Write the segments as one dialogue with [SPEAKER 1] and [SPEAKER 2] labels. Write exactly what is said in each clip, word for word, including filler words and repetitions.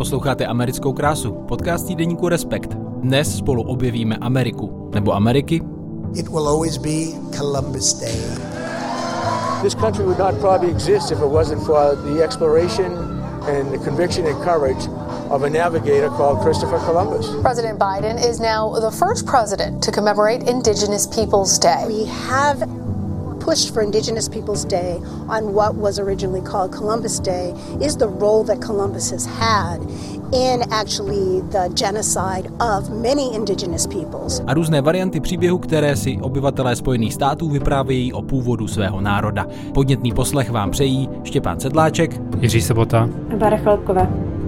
[SPEAKER 1] Posloucháte Americkou krásu, podcast týdeníku Respekt. Dnes spolu objevíme Ameriku. Nebo Ameriky?
[SPEAKER 2] It will always be Columbus Day.
[SPEAKER 3] This country would not probably exist if it wasn't for the exploration and the conviction and courage of a navigator called Christopher Columbus.
[SPEAKER 4] President Biden is now the first president to commemorate Indigenous Peoples Day.
[SPEAKER 5] We have pushed for Indigenous Peoples Day on what was originally called Columbus Day is the role that Columbus has had in actually the genocide of many indigenous peoples.
[SPEAKER 1] A různé varianty příběhu, které si obyvatelé Spojených států vyprávějí o původu svého národa. Podnětný poslech vám přejí Štěpán Sedláček,
[SPEAKER 6] Jiří Sobota
[SPEAKER 7] a Bára Chaloupková.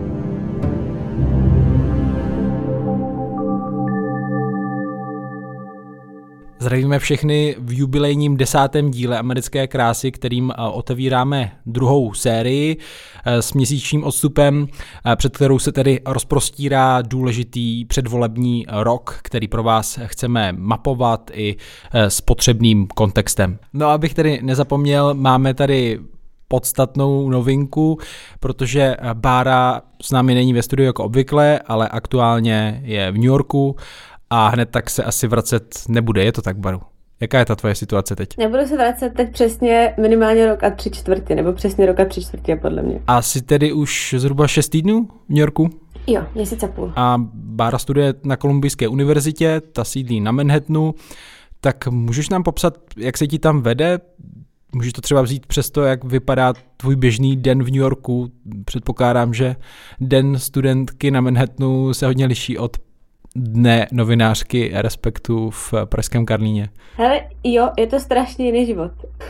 [SPEAKER 1] Zdravíme všechny v jubilejním desátém díle Americké krásy, kterým otevíráme druhou sérii s měsíčním odstupem, před kterou se tedy rozprostírá důležitý předvolební rok, který pro vás chceme mapovat i s potřebným kontextem. No, abych tedy nezapomněl, máme tady podstatnou novinku, protože Bára s námi není ve studiu jako obvykle, ale aktuálně je v New Yorku a hned tak se asi vracet nebude. Je to tak, Baru? Jaká je ta tvoje situace teď?
[SPEAKER 7] Nebudu se vracet teď přesně minimálně rok a tři čtvrtě, nebo přesně rok a tři čtvrtě, podle mě.
[SPEAKER 1] A jsi tedy už zhruba šest týdnů v New Yorku?
[SPEAKER 7] Jo, měsíc a půl.
[SPEAKER 1] A Bára studuje na Kolumbijské univerzitě, ta sídlí na Manhattanu, tak můžeš nám popsat, jak se ti tam vede? Můžeš to třeba vzít přes to, jak vypadá tvůj běžný den v New Yorku? Předpokládám, že den studentky na Manhattanu se hodně liší od dne novinářky Respektu v pražském Karlíně.
[SPEAKER 7] Hele, jo, je to strašně jiný život.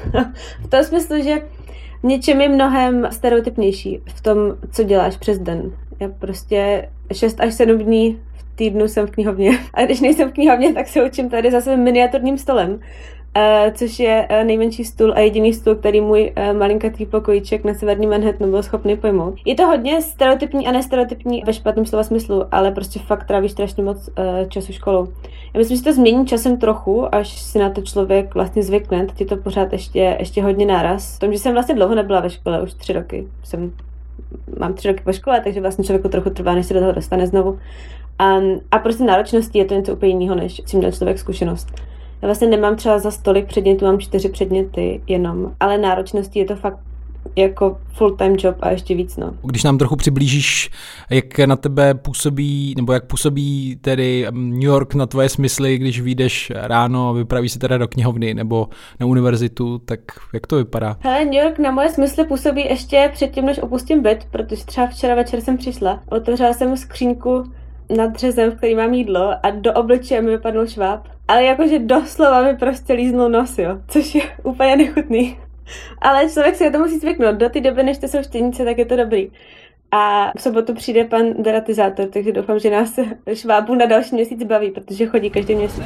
[SPEAKER 7] V tom smyslu, že v něčem je mnohem stereotypnější v tom, co děláš přes den. Já prostě šest až sedm dní v týdnu jsem v knihovně. A když nejsem v knihovně, tak se učím tady za svým miniaturním stolem. Uh, což je uh, nejmenší stůl a jediný stůl, který můj uh, malinkatý pokojíček na severní Manhattanu byl schopný pojmout. Je to hodně stereotypní a nestereotypní ve špatném slova smyslu, ale prostě fakt trávíš strašně moc uh, času školou. Já myslím, že to změní časem trochu, až si na to člověk vlastně zvykne, teď je to pořád ještě, ještě hodně náraz. V tom, že jsem vlastně dlouho nebyla ve škole, už tři roky. Jsem, mám tři roky po škole, takže vlastně člověku trochu trvá, než se do toho dostane znovu. Um, a prostě náročností je to něco úplně jiného, než si měl člověk zkušenost. Já vlastně nemám třeba za stolik předmětů, mám čtyři předměty jenom, ale náročností je to fakt jako full-time job a ještě víc, no.
[SPEAKER 1] Když nám trochu přiblížíš, jak na tebe působí, nebo jak působí tedy New York na tvoje smysly, když vyjdeš ráno a vypravíš se teda do knihovny nebo na univerzitu, tak jak to vypadá?
[SPEAKER 7] Hele, New York na moje smysly působí ještě předtím, než opustím byt, protože třeba včera večer jsem přišla, otevřela jsem skříňku nad dřezem, v který mám jídlo a do obličeje mi vypadnul šváb. Ale jakože doslova mi prostě líznul nos, jo, což je úplně nechutný. Ale člověk si to musí zvyknout. Do té doby, než to jsou štěnice, tak je to dobrý. A v sobotu přijde pan deratizátor, takže doufám, že nás švábů na další měsíc baví, protože chodí každý měsíc.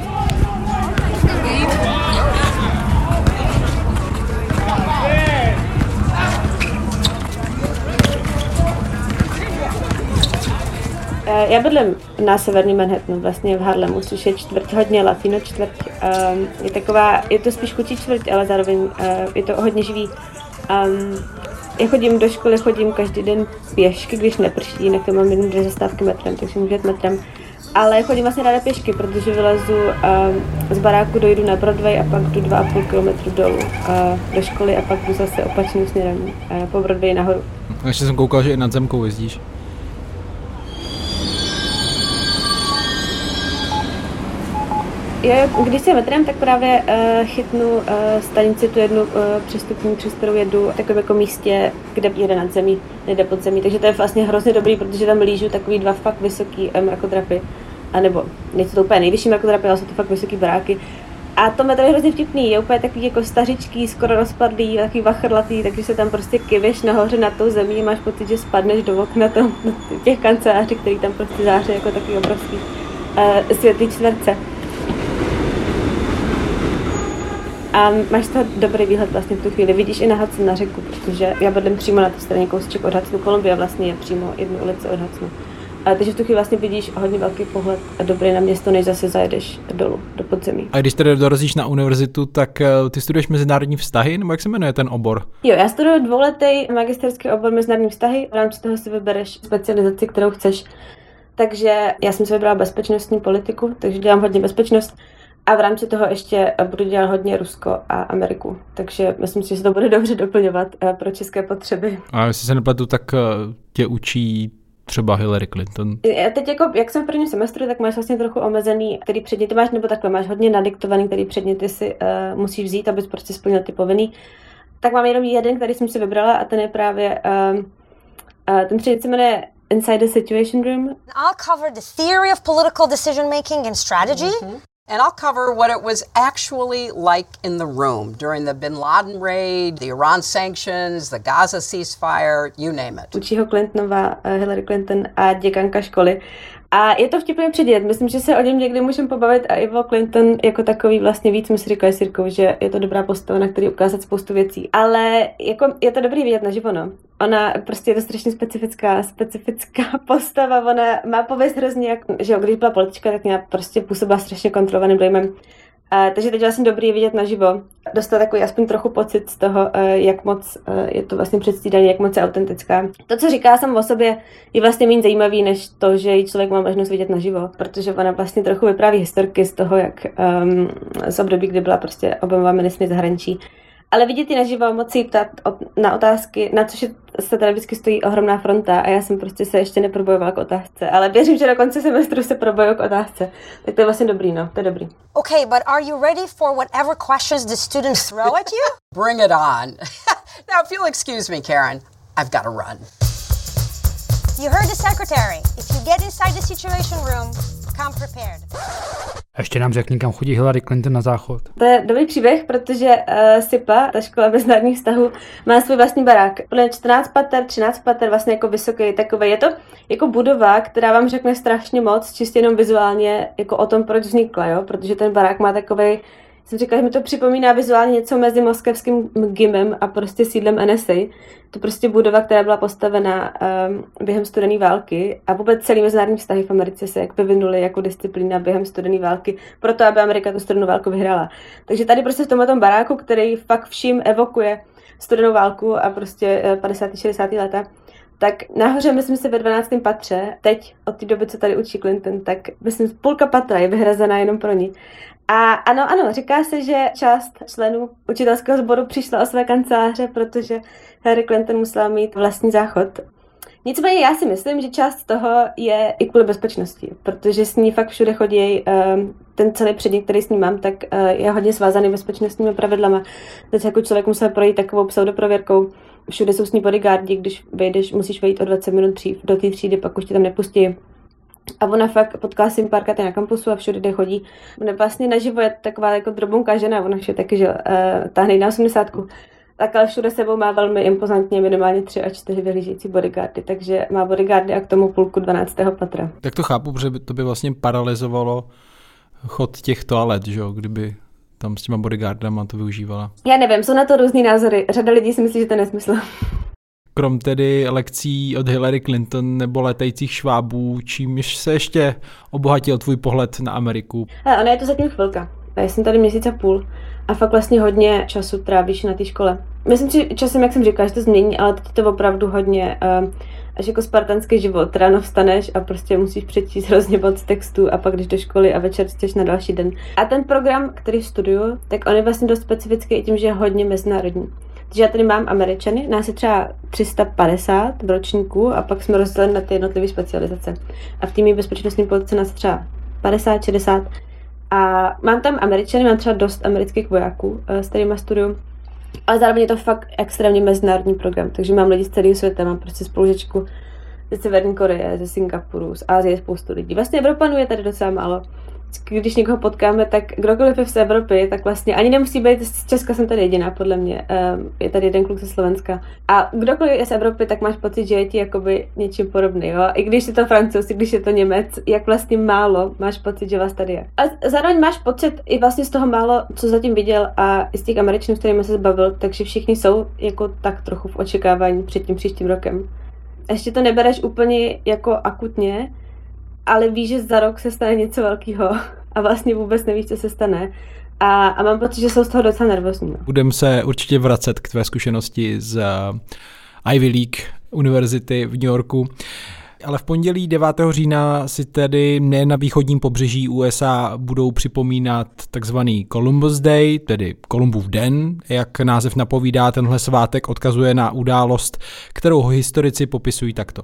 [SPEAKER 7] Já bydlím na severní Manhattanu, vlastně v Harlemu, což je čtvrť hodně latino čtvrť. Je taková, je to spíš chudší čtvrť, ale zároveň je to hodně živý. Já chodím do školy, chodím každý den pěšky, když neprší, jinak to mám jednu dvě zastávky metrem, takže můžu jet metrem. Ale chodím vlastně ráda pěšky, protože vylezu z baráku, dojdu na Broadway a pak jdu dva a půl kilometru dolů do školy a pak jdu zase opačným směrem po Broadway nahoru.
[SPEAKER 1] Ještě jsem koukal, že i nad zemkou jezdíš.
[SPEAKER 7] Jo, když jsem metrem, tak právě uh, chytnu uh, stanici tu jednu uh, přestupní, přes kterou jedu v takovém jako místě, kde jede nad zemí, nejde pod zemí. Takže to je vlastně hrozně dobrý, protože tam lížu takový dva fakt vysoký um, mrakodrapy. A nebo nejsou to úplně nejvyšší mrakodrapy, ale jsou to fakt vysoký baráky. A to metro je hrozně vtipný, je úplně takový jako stařičký, skoro rozpadlý, takový vachrlatý, takže se tam prostě kyveš nahoře nad tou zemí, máš pocit, že spadneš do okna tam, těch kanceláří, který tam prostě září jako takový obrovský uh, světlý čtverce. A máš to dobrý výhled vlastně v tu chvíli. Vidíš i na Hudson na řeku, protože já bydlím přímo na té straně kousíček od Hudsonu. Kolumbia vlastně je přímo jednu ulici od Hudsonu. A takže v tu chvíli vlastně vidíš hodně velký pohled a dobrý na město, než zase zajedeš dolů, do podzemí.
[SPEAKER 1] A když tedy dorazíš na univerzitu, tak ty studuješ mezinárodní vztahy, nebo jak se jmenuje ten obor?
[SPEAKER 7] Jo, já studuju dvouletý magisterský obor mezinárodní vztahy, v rámci toho si vybereš specializaci, kterou chceš. Takže já jsem si vybrala bezpečnostní politiku, takže dělám hodně bezpečnost a v rámci toho ještě budu dělat hodně Rusko a Ameriku. Takže myslím si, že se to bude dobře doplňovat pro české potřeby.
[SPEAKER 1] A jestli se nepletu, tak tě učí třeba Hillary Clinton.
[SPEAKER 7] A teď jako, jak jsem v prvním semestru, tak máš vlastně trochu omezený, který předměty máš, nebo takhle máš hodně nadiktovaný, který předměty si uh, musíš vzít, abys prostě splnil ty povinný. Tak mám jenom jeden, který jsem si vybrala a ten je právě, uh, uh, ten předmět se jmenuje Inside the Situation Room.
[SPEAKER 6] I'll cover the theory of political decision making and strategy. Mm-hmm.
[SPEAKER 8] And I'll cover what it was actually like in the room during the Bin Laden raid, the Iran sanctions, the Gaza ceasefire, you name it.
[SPEAKER 7] Učí ho Clintonová, Hillary Clinton a děkanka školy. A je to vtipný předmět. Myslím, že se o něm někdy můžeme pobavit a i o Clinton jako takový vlastně víc, my si říkali s Jirkou, že je to dobrá postava, na který ukázat spoustu věcí. Ale jako je to dobrý vidět naživo, no. Ona prostě je to strašně specifická, specifická postava, ona má pověst hrozně, jak, že jo, když byla politička, tak měla prostě působila strašně kontrolovaným dojmem. Uh, takže teď vlastně dobrý vidět naživo. Dostat takový aspoň trochu pocit z toho, uh, jak moc uh, je to vlastně předstídání, jak moc je autentická. To, co říká sam o sobě, je vlastně méně zajímavý, než to, že jí člověk má možnost vidět naživo. Protože ona vlastně trochu vypráví historky z toho, jak um, z období, kdy byla prostě Obamová ministryně zahraničí. Ale vidět ji naživo, moc si ptát na otázky, na což se tady vždycky stojí ohromná fronta a já jsem prostě se ještě neprobojovala k otázce. Ale věřím, že do konce semestru se probojuju k otázce. Tak to je vlastně dobrý, no, to je dobrý.
[SPEAKER 6] Okay, but are you ready for whatever questions the students throw at you?
[SPEAKER 8] Bring it on. Now, if you'll excuse me, Karen, I've got to run.
[SPEAKER 6] You heard the secretary. If you get inside the situation room, come prepared.
[SPEAKER 9] Ještě nám řekni, kam chodí Hillary Clinton na záchod.
[SPEAKER 7] To je dobrý příběh, protože uh, S I P A, ta škola mezinárodních vztahů, má svůj vlastní barák. Podle čtrnáct pater, třináct pater, vlastně jako vysoký takový. Je to jako budova, která vám řekne strašně moc, čistě jenom vizuálně, jako o tom, proč vznikla, jo? Protože ten barák má takovej, jsem říkala, že mi to připomíná vizuálně něco mezi moskevským gymem a prostě sídlem N S A. To prostě budova, která byla postavena um, během studené války a vůbec celý mezinárodní vztahy v Americe se jak vyvinuly jako disciplína během studené války, proto aby Amerika tu studenou válku vyhrála. Takže tady prostě v tomhle baráku, který fakt vším evokuje studenou válku a prostě padesátá šedesátá léta, tak nahoře, myslím si, ve dvanáctém patře, teď od té doby, co tady učí Clinton, tak myslím, půlka patra je vyhrazená jenom pro ní. A ano, ano, říká se, že část členů učitelského sboru přišla o své kanceláře, protože Hillary Clinton musela mít vlastní záchod. Nicméně já si myslím, že část toho je i kvůli bezpečnosti, protože s ní fakt všude chodí ten celý předmět, který s ní mám, tak je hodně svázaný bezpečnostními pravidlama. Teď jako člověk musel projít takovou pseudoprověrkou. Všude jsou s ní bodyguardi, když vejdeš, musíš vejít o dvacet minut dřív do té třídy, pak už tě tam nepustí. A ona fakt potkala si párkrát na kampusu a všude, kde chodí. Ona vlastně naživo je taková jako drobunká žena, ona je taky, že uh, táhne na osmdesátku. Tak ale všude sebou má velmi impozantně minimálně tři a čtyři vyhlížející bodyguardy, takže má bodyguardy a k tomu půlku dvanáctého patra.
[SPEAKER 1] Tak to chápu, protože to by vlastně paralyzovalo chod těch toalet, že jo, kdyby tam s těma bodyguardama to využívala.
[SPEAKER 7] Já nevím, jsou na to různý názory. Řada lidí si myslí, že to je nesmysl.
[SPEAKER 1] Krom tedy lekcí od Hillary Clinton nebo letajících švábů, čímž se ještě obohatil tvůj pohled na Ameriku?
[SPEAKER 7] Hele, ona je to zatím chvilka. Já jsem tady měsíc a půl a fakt vlastně hodně času trávíš na té škole. Myslím si časem, jak jsem říkala, že to změní, ale teď to opravdu hodně uh, až jako spartanský život. Ráno vstaneš a prostě musíš přečíst hrozně moc textů a pak jdeš do školy a večer čteš na další den. A ten program, který studuju, tak on je vlastně dost specifický i tím, že je hodně mezinárodní. Takže já tady mám Američany, nás je třeba tři sta padesát v ročníku a pak jsme rozděleni na ty jednotlivé specializace. A v týmí bezpečnostní politice nás třeba padesát, šedesát. A mám tam Američany, mám třeba dost amerických vojáků, s kterými studuju. Ale zároveň je to fakt extrémně mezinárodní program, takže mám lidi z celého světa, mám prostě spolužečku ze Severní Koreje, ze Singapuru, z Asie spoustu lidí. Vlastně Evropanů je tady docela málo. Když někoho potkáme, tak kdokoliv je z Evropy, tak vlastně ani nemusí být z Česka, jsem tady jediná, podle mě. Je tady jeden kluk ze Slovenska. A kdokoliv je z Evropy, tak máš pocit, že je ti jakoby něčím podobný, jo? I když je to Francouz, i když je to Němec, jak vlastně málo máš pocit, že vás tady je. A zároveň máš pocit i vlastně z toho málo, co zatím viděl a i z těch Američanů, s kterými se zbavil, takže všichni jsou jako tak trochu v očekávání před tím příštím rokem. ještě to nebereš úplně jako akutně, ale víš, že za rok se stane něco velkého a vlastně vůbec nevíš, co se stane. A, a mám pocit, že jsou z toho docela nervózní.
[SPEAKER 1] Budeme se určitě vracet k tvé zkušenosti z Ivy League univerzity v New Yorku. Ale v pondělí devátého října si tedy ne na východním pobřeží U S A budou připomínat takzvaný Columbus Day, tedy Kolumbův den. Jak název napovídá, tenhle svátek odkazuje na událost, kterou historici popisují takto.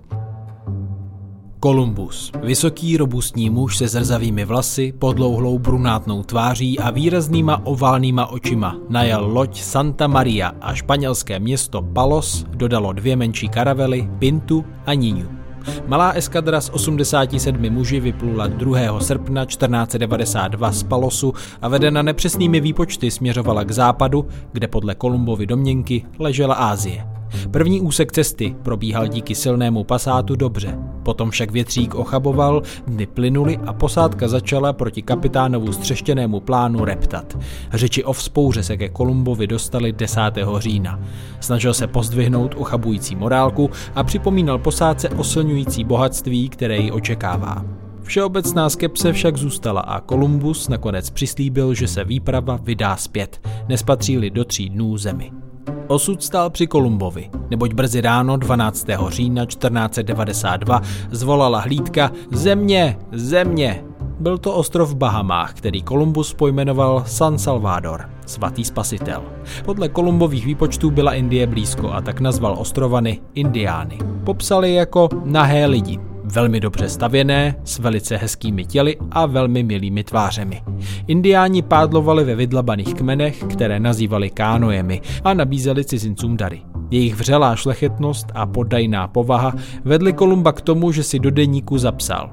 [SPEAKER 1] Kolumbus. Vysoký, robustní muž se zrzavými vlasy, podlouhlou brunátnou tváří a výraznýma oválnýma očima najal loď Santa Maria a španělské město Palos dodalo dvě menší karavely, Pintu a Niñu. Malá eskadra s osmdesáti sedmi muži vyplula druhého srpna čtrnáct set devadesát dva z Palosu a vedena nepřesnými výpočty směřovala k západu, kde podle Kolumbovy domněnky ležela Asie. První úsek cesty probíhal díky silnému pasátu dobře, potom však větřík ochaboval, dny plynuly a posádka začala proti kapitánovu střeštěnému plánu reptat. Řeči o vzpouře se ke Kolumbovi dostali desátého října. Snažil se pozdvihnout ochabující morálku a připomínal posádce oslňující bohatství, které ji očekává. Všeobecná skepse však zůstala a Kolumbus nakonec přislíbil, že se výprava vydá zpět, nespatří-li do tří dnů zemi. Osud stál při Kolumbovi, neboť brzy ráno dvanáctého října čtrnáct set devadesát dva zvolala hlídka Země, země! Byl to ostrov v Bahamách, který Kolumbus pojmenoval San Salvador, svatý spasitel. Podle Kolumbových výpočtů byla Indie blízko a tak nazval ostrovany Indiány. Popsali jako nahé lidi, velmi dobře stavěné, s velice hezkými těly a velmi milými tvářemi. Indiáni pádlovali ve vydlabaných kmenech, které nazývali kánojemi a nabízeli cizincům dary. Jejich vřelá šlechetnost a poddajná povaha vedly Kolumba k tomu, že si do deníku zapsal: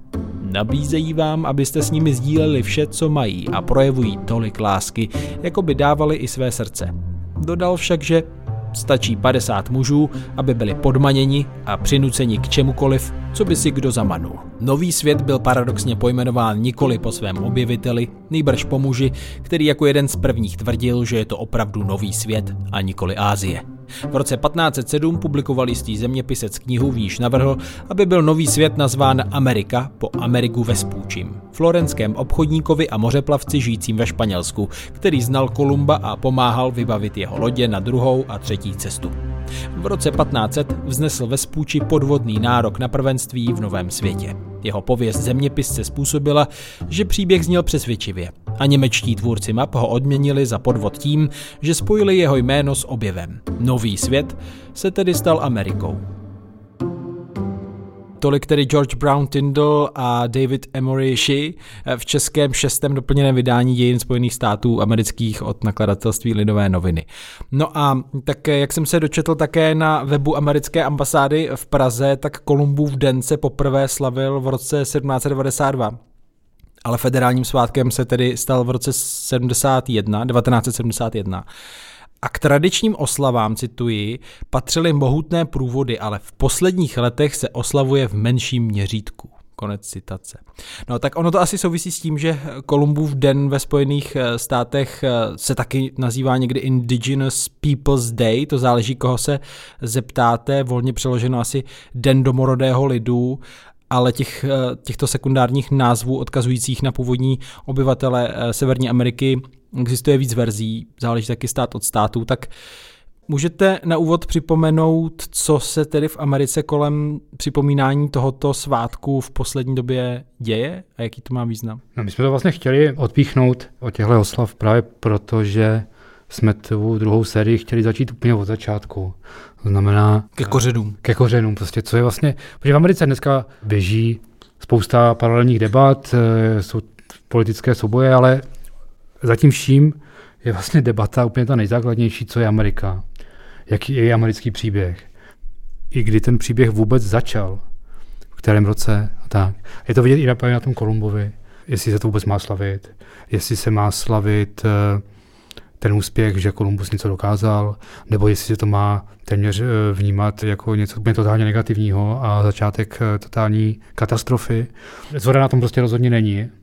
[SPEAKER 1] Nabízejí vám, abyste s nimi sdíleli vše, co mají a projevují tolik lásky, jako by dávali i své srdce. Dodal však, že stačí padesát mužů, aby byli podmaněni a přinuceni k čemukoliv, co by si kdo zamanul. Nový svět byl paradoxně pojmenován nikoli po svém objeviteli, nýbrž po muži, který jako jeden z prvních tvrdil, že je to opravdu nový svět a nikoli Asie. V roce patnáct set sedm publikoval jistý zeměpisec knihu, v níž navrhl, aby byl nový svět nazván Amerika po Amerigu Vespucim, florenském obchodníkovi a mořeplavci žijícím ve Španělsku, který znal Kolumba a pomáhal vybavit jeho lodě na druhou a třetí cestu. V roce patnáct set vznesl Vespucci podvodný nárok na prvenství v Novém světě. Jeho pověst zeměpisce způsobila, že příběh zněl přesvědčivě a němečtí tvůrci map ho odměnili za podvod tím, že spojili jeho jméno s objevem. Nový svět se tedy stal Amerikou. Tolik tedy George Brown Tyndall a David Emory Shea v českém šestém doplněném vydání dějin Spojených států amerických od nakladatelství Lidové noviny. No a tak jak jsem se dočetl také na webu americké ambasády v Praze, tak Kolumbův den se poprvé slavil v roce sedmnáct set devadesát dva. Ale federálním svátkem se tedy stal v roce sedmdesát jedna, devatenáct set sedmdesát jedna. A k tradičním oslavám, cituji, patřily mohutné průvody, ale v posledních letech se oslavuje v menším měřítku. Konec citace. No tak ono to asi souvisí s tím, že Kolumbův den ve Spojených státech se taky nazývá někdy Indigenous Peoples Day, to záleží, koho se zeptáte, volně přeloženo asi Den domorodého lidu, ale těch, těchto sekundárních názvů odkazujících na původní obyvatele Severní Ameriky existuje víc verzí, záleží taky stát od státu, tak můžete na úvod připomenout, co se tedy v Americe kolem připomínání tohoto svátku v poslední době děje a jaký to má význam?
[SPEAKER 9] No, my jsme to vlastně chtěli odpíchnout od těchto oslav právě proto, že jsme tu druhou sérii chtěli začít úplně od začátku. To znamená...
[SPEAKER 1] Ke kořenům.
[SPEAKER 9] Ke kořenům, prostě, co je vlastně... Protože v Americe dneska běží spousta paralelních debat, jsou politické souboje, ale zatím vším je vlastně debata úplně ta nejzákladnější, co je Amerika. Jaký je americký příběh. I kdy ten příběh vůbec začal. V kterém roce a tak. Je to vidět i na, na tom Kolumbovi. Jestli se to vůbec má slavit. Jestli se má slavit ten úspěch, že Kolumbus něco dokázal, nebo jestli se to má téměř vnímat jako něco úplně totálně negativního a začátek totální katastrofy. Zhoda na tom prostě rozhodně není.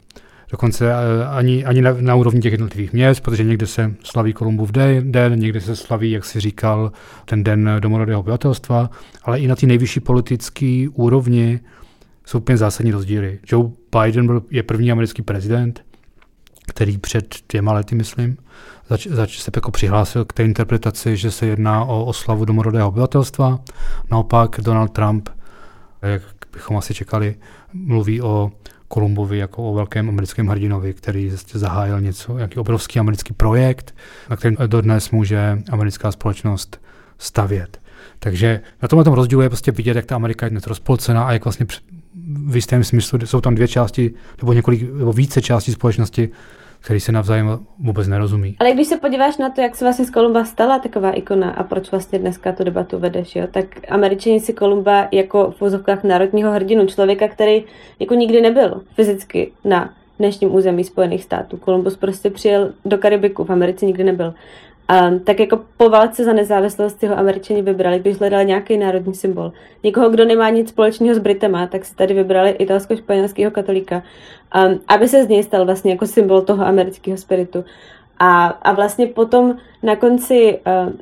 [SPEAKER 9] dokonce ani, ani na, na úrovni těch jednotlivých měst, protože někde se slaví Kolumbův den, někde se slaví, jak si říkal, ten den domorodého obyvatelstva, ale i na té nejvyšší politické úrovni jsou úplně zásadní rozdíly. Joe Biden byl, je první americký prezident, který před dvěma lety, myslím, zač, zač se jako přihlásil k té interpretaci, že se jedná o oslavu domorodého obyvatelstva. Naopak Donald Trump, jak bychom asi čekali, mluví o Kolumbovi jako o velkém americkém hrdinovi, který zahájil něco, jaký obrovský americký projekt, na který dodnes může americká společnost stavět. Takže na tomhle tom rozdílu je prostě vidět, jak ta Amerika je dnes rozpolcená a jak vlastně v jistém smyslu jsou tam dvě části nebo několik nebo více částí společnosti, který se navzájem vůbec nerozumí.
[SPEAKER 7] Ale když se podíváš na to, jak se vlastně z Kolumba stala taková ikona a proč vlastně dneska tu debatu vedeš, jo, tak Američani si Kolumba jako v úzovkách národního hrdinu, člověka, který jako nikdy nebyl fyzicky na dnešním území Spojených států. Kolumbus prostě přijel do Karibiku, v Americe nikdy nebyl. Um, tak jako po válce za nezávislost si ho Američani vybrali, když hledali nějaký národní symbol. Někoho, kdo nemá nic společného s Britama, tak si tady vybrali italsko-španělského katolíka, um, aby se z něj stal vlastně jako symbol toho amerického spiritu. A, a vlastně potom na konci,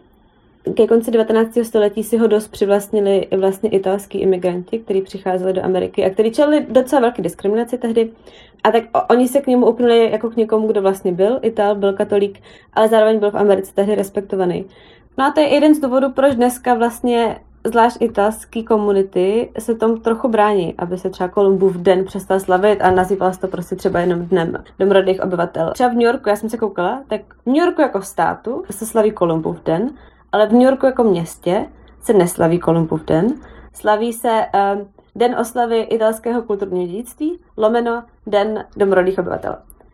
[SPEAKER 7] uh, ke konci devatenáctého století si ho dost přivlastnili vlastně italský imigranti, kteří přicházeli do Ameriky a kteří čelili docela velké diskriminaci tehdy. A tak oni se k němu upnuli jako k někomu, kdo vlastně byl Ital, byl katolík, ale zároveň byl v Americe tehdy respektovaný. No a to je jeden z důvodů, proč dneska vlastně zvlášť italský komunity se tomu trochu brání, aby se třeba Kolumbův den přestal slavit a nazýval se to prostě třeba jenom dnem domorodých obyvatel. Třeba v New Yorku, já jsem se koukala, tak v New Yorku jako státu se slaví Kolumbův den, ale v New Yorku jako městě se neslaví Kolumbův den. Slaví se uh, Den oslavy italského kulturního dědictví, lomeno Den domorodých obyvatel.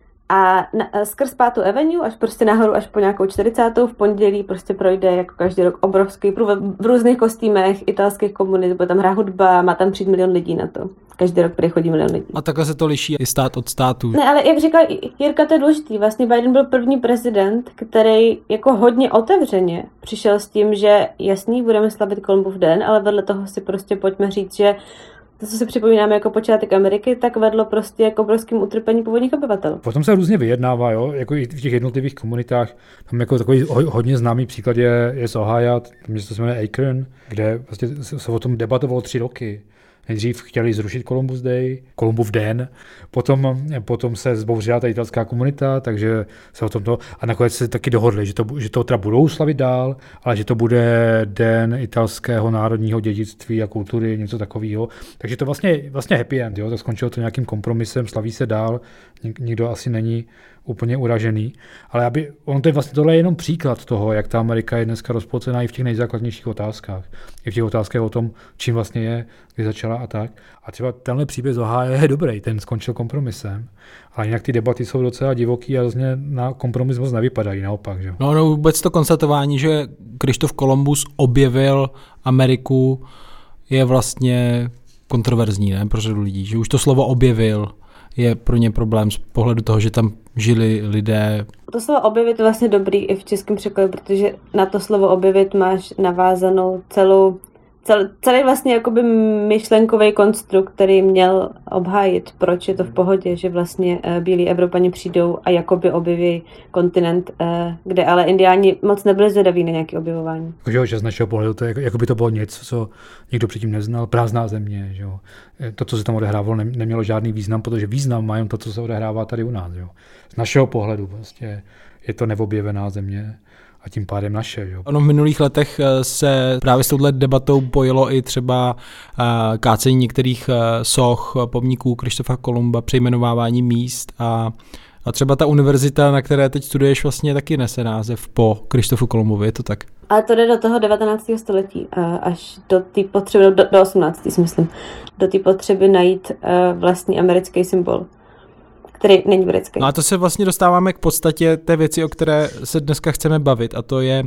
[SPEAKER 7] A na, skrz pátou Avenue, až prostě nahoru, až po nějakou čtyřicátou v pondělí prostě projde jako každý rok obrovský průvod v různých kostýmech italských komunit, bude tam hrát hudba, má tam přijít milion lidí na to. Každý rok přichodí milion lidí.
[SPEAKER 1] A takhle se to liší i stát od státu.
[SPEAKER 7] Ne, ale jak říkal Jirka, to je důležitý. Vlastně Biden byl první prezident, který jako hodně otevřeně přišel s tím, že jasný, budeme slavit Kolumbův den, ale vedle toho si prostě pojďme říct, že to, co si připomínáme jako počátek Ameriky, tak vedlo prostě k obrovským utrpení původních obyvatel.
[SPEAKER 9] Potom se různě vyjednává, jo, jako i v těch jednotlivých komunitách. Tam jako takový hodně známý příklad je, je z Ohio, město se jmenuje Akron, kde vlastně se o tom debatovalo tři roky. Nejdřív chtěli zrušit Columbus Day, Kolumbův den, potom, potom se zbouřila ta italská komunita, takže se o tomto, a nakonec se taky dohodli, že to, že to teda budou slavit dál, ale že to bude den italského národního dědictví a kultury, něco takového. Takže to vlastně, vlastně happy end, jo? To skončilo to nějakým kompromisem, slaví se dál, nik, nikdo asi není úplně uražený, ale aby, on to je vlastně tohle je jenom příklad toho, jak ta Amerika je dneska rozpolcená i v těch nejzákladnějších otázkách. I v těch otázkách o tom, čím vlastně je, kdy začala a tak. A třeba tenhle příběh z Ohio je dobrý, ten skončil kompromisem, ale jinak ty debaty jsou docela divoký a vlastně na kompromis moc nevypadají, naopak. Že?
[SPEAKER 1] No, no vůbec to konstatování, že Krištof Kolumbus objevil Ameriku, je vlastně kontroverzní, ne, pro řadu lidí, že už to slovo objevil je pro ně problém z pohledu toho, že tam žili lidé.
[SPEAKER 7] To slovo objevit je vlastně dobrý i v českém překladu, protože na to slovo objevit máš navázanou celou, cel, celý vlastně jakoby myšlenkový konstrukt, který měl obhájit, proč je to v pohodě, že vlastně uh, bílí Evropani přijdou a jakoby objeví kontinent, uh, kde ale indiáni moc nebyli zvědaví na nějaké objevování.
[SPEAKER 9] Že, že z našeho pohledu to je, jako by to bylo něco, co nikdo předtím neznal, prázdná země. Že jo. To, co se tam odehrávalo, nemělo žádný význam, protože význam má jen to, co se odehrává tady u nás. Jo. Z našeho pohledu prostě je to neobjevená země. A tím pádem naše. Jo.
[SPEAKER 1] Ono v minulých letech se právě s touhle debatou pojilo i třeba kácení některých soch, pomníků Krištofa Kolumba, přejmenovávání míst a, a třeba ta univerzita, na které teď studuješ, vlastně taky nese název po Krištofu Kolumbovi, je to tak?
[SPEAKER 7] Ale to jde do toho devatenáctého století, až do té potřeby, do, do osmnáctého si myslím, do té potřeby najít vlastní americký symbol, který není britský.
[SPEAKER 1] No a to se vlastně dostáváme k podstatě té věci, o které se dneska chceme bavit, a to je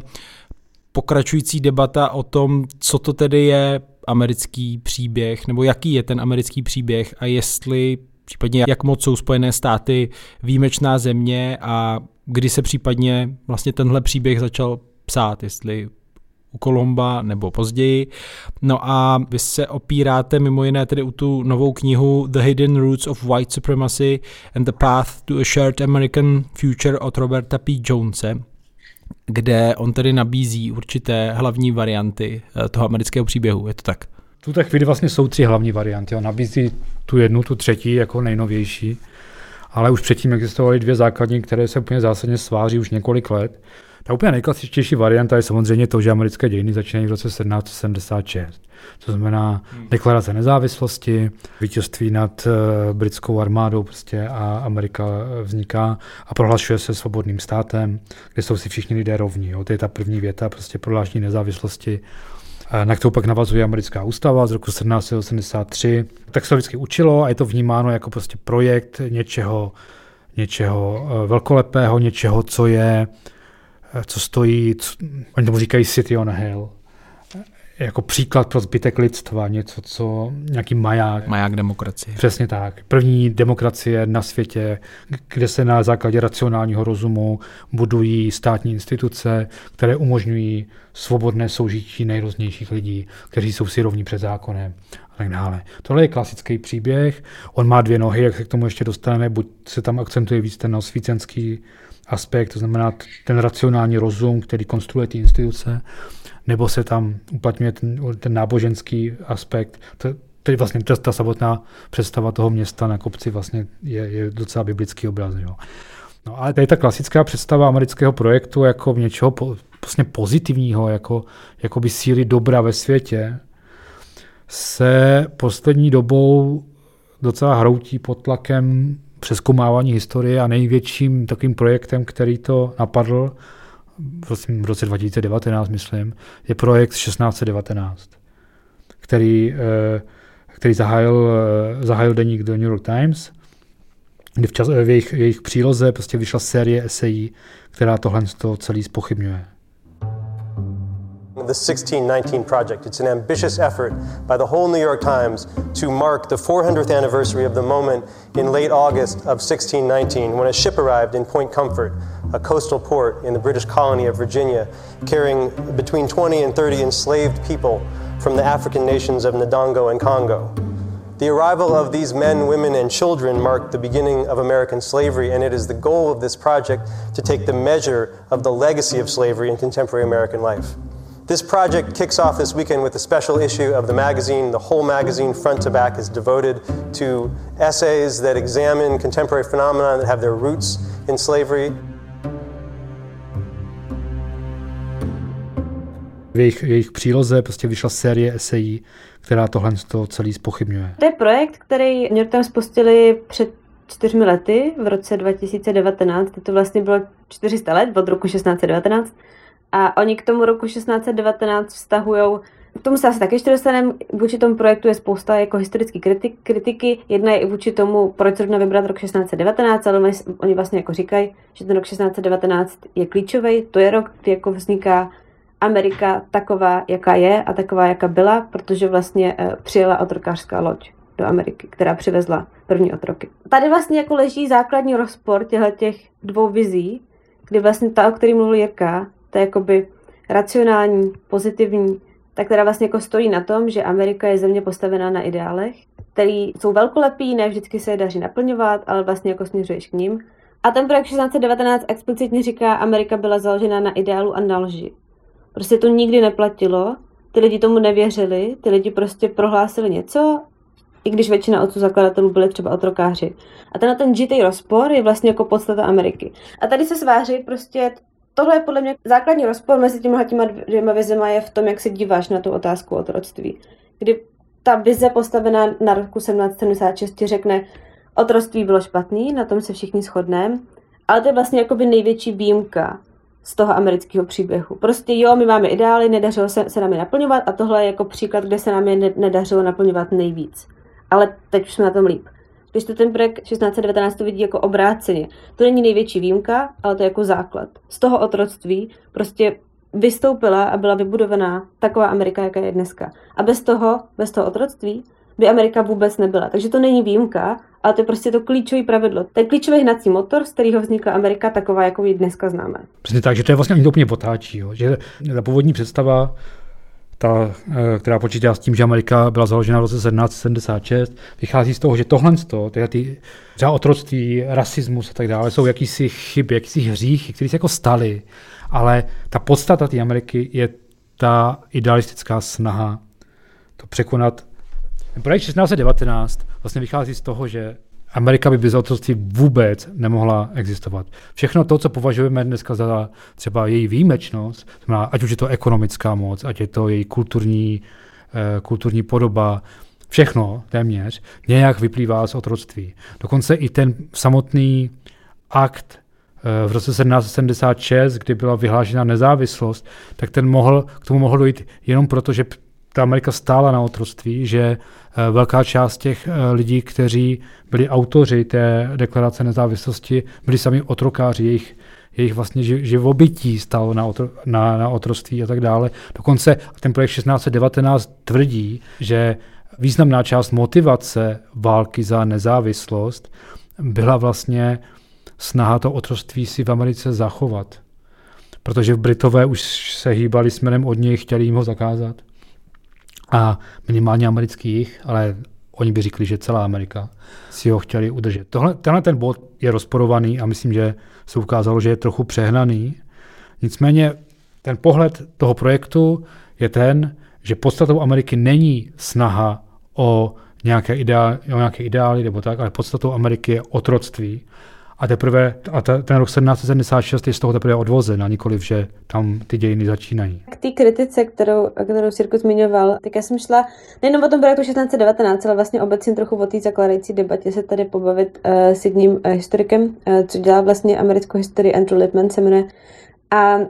[SPEAKER 1] pokračující debata o tom, co to tedy je americký příběh, nebo jaký je ten americký příběh a jestli případně jak moc jsou Spojené státy výjimečná země a kdy se případně vlastně tenhle příběh začal psát, jestli u Kolumba nebo později. No a vy se opíráte mimo jiné tedy u tu novou knihu The Hidden Roots of White Supremacy and the Path to a Shared American Future od Roberta P. Jonese, kde on tedy nabízí určité hlavní varianty toho amerického příběhu. Je to tak?
[SPEAKER 9] V tuto chvíli vlastně jsou tři hlavní varianty. On nabízí tu jednu, tu třetí jako nejnovější, ale už předtím existovaly dvě základní, které se úplně zásadně sváří už několik let. Ta úplně nejklasičtější varianta je samozřejmě to, že americké dějiny začínají v roce sedmnáct set sedmdesát šest. To znamená deklarace nezávislosti, vítězství nad uh, britskou armádou prostě a Amerika vzniká a prohlašuje se svobodným státem, kde jsou si všichni lidé rovní. Jo. To je ta první věta, prostě prohlášení nezávislosti, na kterou pak navazuje americká ústava z roku sedmnáct set osmdesát tři. Tak se to vždycky učilo a je to vnímáno jako prostě projekt něčeho, něčeho velkolepého, něčeho, co je, co stojí, co, oni tomu říkají City on a Hill, jako příklad pro zbytek lidstva, něco, co, nějaký maják.
[SPEAKER 1] Maják demokracie.
[SPEAKER 9] Přesně tak. První demokracie na světě, kde se na základě racionálního rozumu budují státní instituce, které umožňují svobodné soužití nejrůznějších lidí, kteří jsou si rovní před zákonem a tak dále. Tohle je klasický příběh. On má dvě nohy, jak se k tomu ještě dostaneme, buď se tam akcentuje víc ten osvícenský aspekt, to znamená ten racionální rozum, který konstruuje ty instituce, nebo se tam uplatňuje ten, ten náboženský aspekt. To, to je vlastně ta, ta samotná představa toho města na kopci vlastně je, je docela biblický obraz. Jo. No, ale tady ta klasická představa amerického projektu jako něčeho po, vlastně pozitivního, jako, jako by síly dobra ve světě, se poslední dobou docela hroutí pod tlakem přezkoumávání historie a největším takovým projektem, který to napadl v roce dva tisíce devatenáct, myslím, je projekt šestnáct set devatenáct, který, který zahájil, zahájil deník The New York Times, kdy v, čas, v, jejich, v jejich příloze prostě vyšla série esejí, která tohle celý zpochybňuje.
[SPEAKER 10] The sixteen nineteen Project. It's an ambitious effort by the whole New York Times to mark the four hundredth anniversary of the moment in late August of sixteen nineteen when a ship arrived in Point Comfort, a coastal port in the British colony of Virginia, carrying between twenty and thirty enslaved people from the African nations of Ndongo and Congo. The arrival of these men, women, and children marked the beginning of American slavery, and it is the goal of this project to take the measure of the legacy of slavery in contemporary American life. This project kicks off this weekend with a special issue of the magazine. The whole magazine, front to back, is devoted to essays that examine contemporary phenomena that have their roots in slavery.
[SPEAKER 9] V jejich, v jejich příloze prostě vyšla série esejí, která tohle celý zpochybňuje.
[SPEAKER 7] To je projekt, který New York Times spustili před čtyřmi lety, v roce dva tisíce devatenáct. To vlastně bylo čtyři sta let od roku šestnáct set devatenáct. A oni k tomu roku šestnáct set devatenáct vztahujou, k tomu se asi taky ještě dostaneme, vůči tomu projektu je spousta jako historické kritik, kritiky, jedna je i vůči tomu, proč zrovna vybrat rok šestnáct set devatenáct, ale oni vlastně jako říkají, že ten rok šestnáct set devatenáct je klíčový, to je rok, kdy jako vzniká Amerika taková, jaká je a taková, jaká byla, protože vlastně e, přijela otrokářská loď do Ameriky, která přivezla první otroky. Tady vlastně jako leží základní rozpor těch dvou vizí, kdy vlastně ta, o který mluvil Jirka, ta jakoby racionální, pozitivní, ta, která vlastně jako stojí na tom, že Amerika je země postavená na ideálech, který jsou velkolepý, ne vždycky se je daří naplňovat, ale vlastně jako směřuješ k ním. A ten projekt šestnáct set devatenáct explicitně říká, Amerika byla založena na ideálu a na lži. Prostě to nikdy neplatilo, ty lidi tomu nevěřili, ty lidi prostě prohlásili něco, i když většina otců zakladatelů byli třeba otrokáři. A ten ten žitý rozpor je vlastně jako podstata Ameriky. A tady se sváří prostě, tohle je podle mě základní rozpor mezi těma těma dvěma vizema je v tom, jak se díváš na tu otázku otroctví. Kdy ta vize postavená na roku sedmnáct set sedmdesát šest ti řekne, otroctví bylo špatný, na tom se všichni shodneme, ale to je vlastně jakoby největší výjimka z toho amerického příběhu. Prostě jo, my máme ideály, nedařilo se, se nám je naplňovat a tohle je jako příklad, kde se nám je nedařilo naplňovat nejvíc. Ale teď už jsme na tom líp. Když to ten projekt šestnáct set devatenáct to vidí jako obráceně. To není největší výjimka, ale to je jako základ. Z toho otroctví prostě vystoupila a byla vybudovaná taková Amerika, jaká je dneska. A bez toho, bez toho otroctví by Amerika vůbec nebyla. Takže to není výjimka, ale to je prostě to klíčové pravidlo. Ten klíčový hnací motor, z kterého vznikla Amerika, taková, jako ji dneska známe.
[SPEAKER 9] Přesně tak, že to je vlastně ani to úplně otáčí, jo. Že ta původní představa, ta, která počítá s tím, že Amerika byla založena v roce sedmnáct set sedmdesát šest, vychází z toho, že tohle, tyhle ty třeba otroctví, rasismus a tak dále, jsou jakýsi chyby, jakýsi hříchy, které se jako staly, ale ta podstata té Ameriky je ta idealistická snaha to překonat. Projekt šestnáct set devatenáct vlastně vychází z toho, že Amerika by bez otroctví vůbec nemohla existovat. Všechno to, co považujeme dneska za třeba její výjimečnost, znamená, ať už je to ekonomická moc, ať je to její kulturní, eh, kulturní podoba, všechno téměř nějak vyplývá z otroctví. Dokonce i ten samotný akt eh, v roce sedmnáct set sedmdesát šest, kdy byla vyhlášena nezávislost, tak ten mohl, k tomu mohlo dojít jenom proto, že ta Amerika stála na otroctví, že velká část těch lidí, kteří byli autoři té deklarace nezávislosti, byli sami otrokáři, jejich, jejich vlastně živobytí stálo na, otro, na, na otroctví a tak dále. Dokonce ten projekt šestnáct set devatenáct tvrdí, že významná část motivace války za nezávislost byla vlastně snaha to otroctví si v Americe zachovat. Protože Britové už se hýbali směrem od něj, chtěli jim ho zakázat. A minimálně americký jich, ale oni by řekli, že celá Amerika si ho chtěli udržet. Tohle, tenhle ten bod je rozporovaný a myslím, že se ukázalo, že je trochu přehnaný. Nicméně ten pohled toho projektu je ten, že podstatou Ameriky není snaha o nějaké, ideály, o nějaké ideály nebo tak, ale podstatou Ameriky je otroctví. A teprve a ta, ten rok sedmnáct set sedmdesát šest je z toho teprve odvozen, a nikoliv, že tam ty dějiny začínají.
[SPEAKER 7] K té kritice, kterou, kterou Sirko zmiňoval, tak já jsem šla nejenom o tom projektu šestnáct set devatenáct, ale vlastně obecně trochu o té zakladající debatě se tady pobavit uh, s jedním uh, historikem, uh, co dělá vlastně americkou historii, Andrew Lippman se jmenuje. A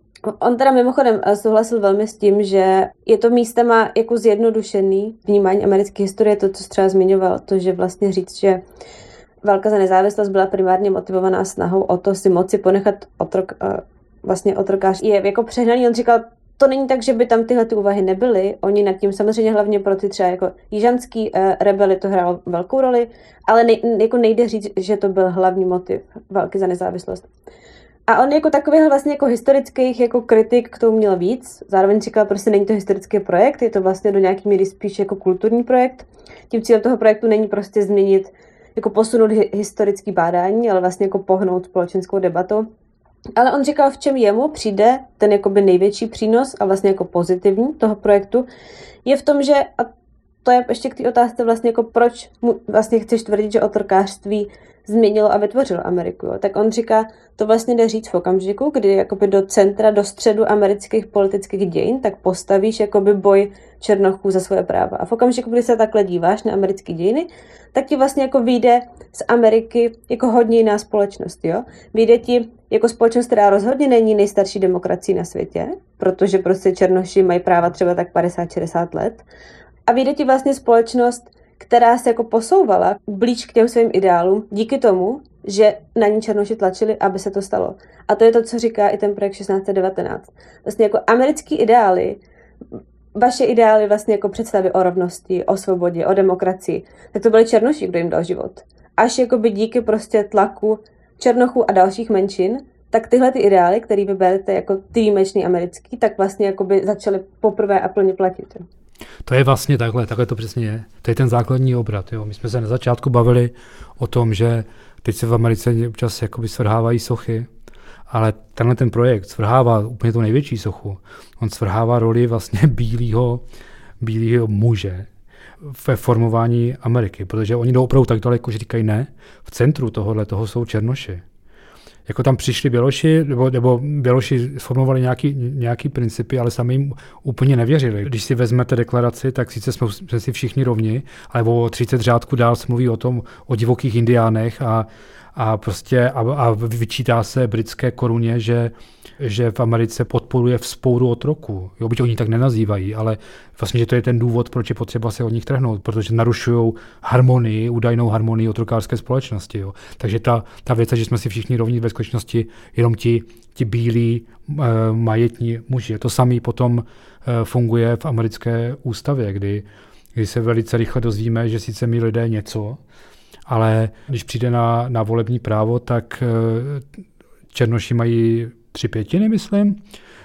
[SPEAKER 7] on teda mimochodem souhlasil velmi s tím, že je to místama jako zjednodušený vnímání americké historie, to, co třeba zmiňoval, to, že vlastně říct, že válka za nezávislost byla primárně motivovaná snahou o to si moci ponechat otrok, vlastně otrokář. Je jako přehnaný, on říkal, to není tak, že by tam tyhle ty úvahy nebyly, oni nad tím samozřejmě hlavně pro ty třeba jako jižanský uh, rebely to hrálo velkou roli, ale nej, jako nejde říct, že to byl hlavní motiv války za nezávislost. A on jako takových vlastně jako historických jako kritik k tomu měl víc, zároveň říkal, prostě není to historický projekt, je to vlastně do nějaký míry spíš jako kulturní projekt. Tím cílem toho projektu není prostě změnit jako posunout historické bádání, ale vlastně jako pohnout společenskou debatou. Ale on říkal, v čem jemu přijde ten jakoby největší přínos a vlastně jako pozitivní toho projektu, je v tom, že, a to je ještě k té otázce vlastně jako proč mu vlastně chceš tvrdit, že otrokářství změnilo a vytvořilo Ameriku. Jo? Tak on říká, to vlastně jde říct v okamžiku, kdy jakoby do centra, do středu amerických politických dějin, tak postavíš jakoby boj černochů za svoje práva. A v okamžiku, kdy se takhle díváš na americké dějiny, tak ti vlastně jako vyjde z Ameriky jako hodně jiná společnost. Jo? Vyjde ti jako společnost, která rozhodně není nejstarší demokracií na světě, protože prostě černoši mají práva třeba tak padesát šedesát let. A vyjde ti vlastně společnost, která se jako posouvala blíž k těm svým ideálům díky tomu, že na ní černoši tlačili, aby se to stalo. A to je to, co říká i ten projekt šestnáct set devatenáct. Vlastně jako americký ideály, vaše ideály vlastně jako představy o rovnosti, o svobodě, o demokracii, tak to byli černoši, kdo jim dal život. Až jakoby díky prostě tlaku černochů a dalších menšin, tak tyhle ty ideály, které vy berete jako ty výjimečný americký, tak vlastně jakoby začaly poprvé a plně platit. Jo.
[SPEAKER 9] To je vlastně takhle, takhle to přesně je. To je ten základní obrat. Jo. My jsme se na začátku bavili o tom, že teď se v Americe občas jakoby svrhávají sochy, ale tenhle ten projekt svrhává úplně tu největší sochu. On svrhává roli vlastně bílého, bílého muže ve formování Ameriky, protože oni jdou opravdu tak daleko, že říkají ne, v centru tohohle toho jsou černoši. Jako tam přišli Běloši, nebo, nebo Běloši sformovali nějaký, nějaký principy, ale sami jim úplně nevěřili. Když si vezmete deklaraci, tak sice jsme, jsme si všichni rovni, ale o třicet řádků dál se mluví o tom, o divokých indiánech a, a prostě a, a vyčítá se britské koruně, že, že v Americe podporuje vzpouru otroků. Jo, byť oni tak nenazývají, ale vlastně, že to je ten důvod, proč je potřeba se od nich trhnout, protože narušují harmonii, údajnou harmonii otrokářské společnosti. Jo. Takže ta, ta věc, že jsme si všichni rovní ve skutečnosti jenom ti, ti bílí e, majetní muži. To samé potom e, funguje v americké ústavě, kdy kdy se velice rychle dozvíme, že sice my lidé něco, ale když přijde na, na volební právo, tak černoši mají tři pětiny, myslím.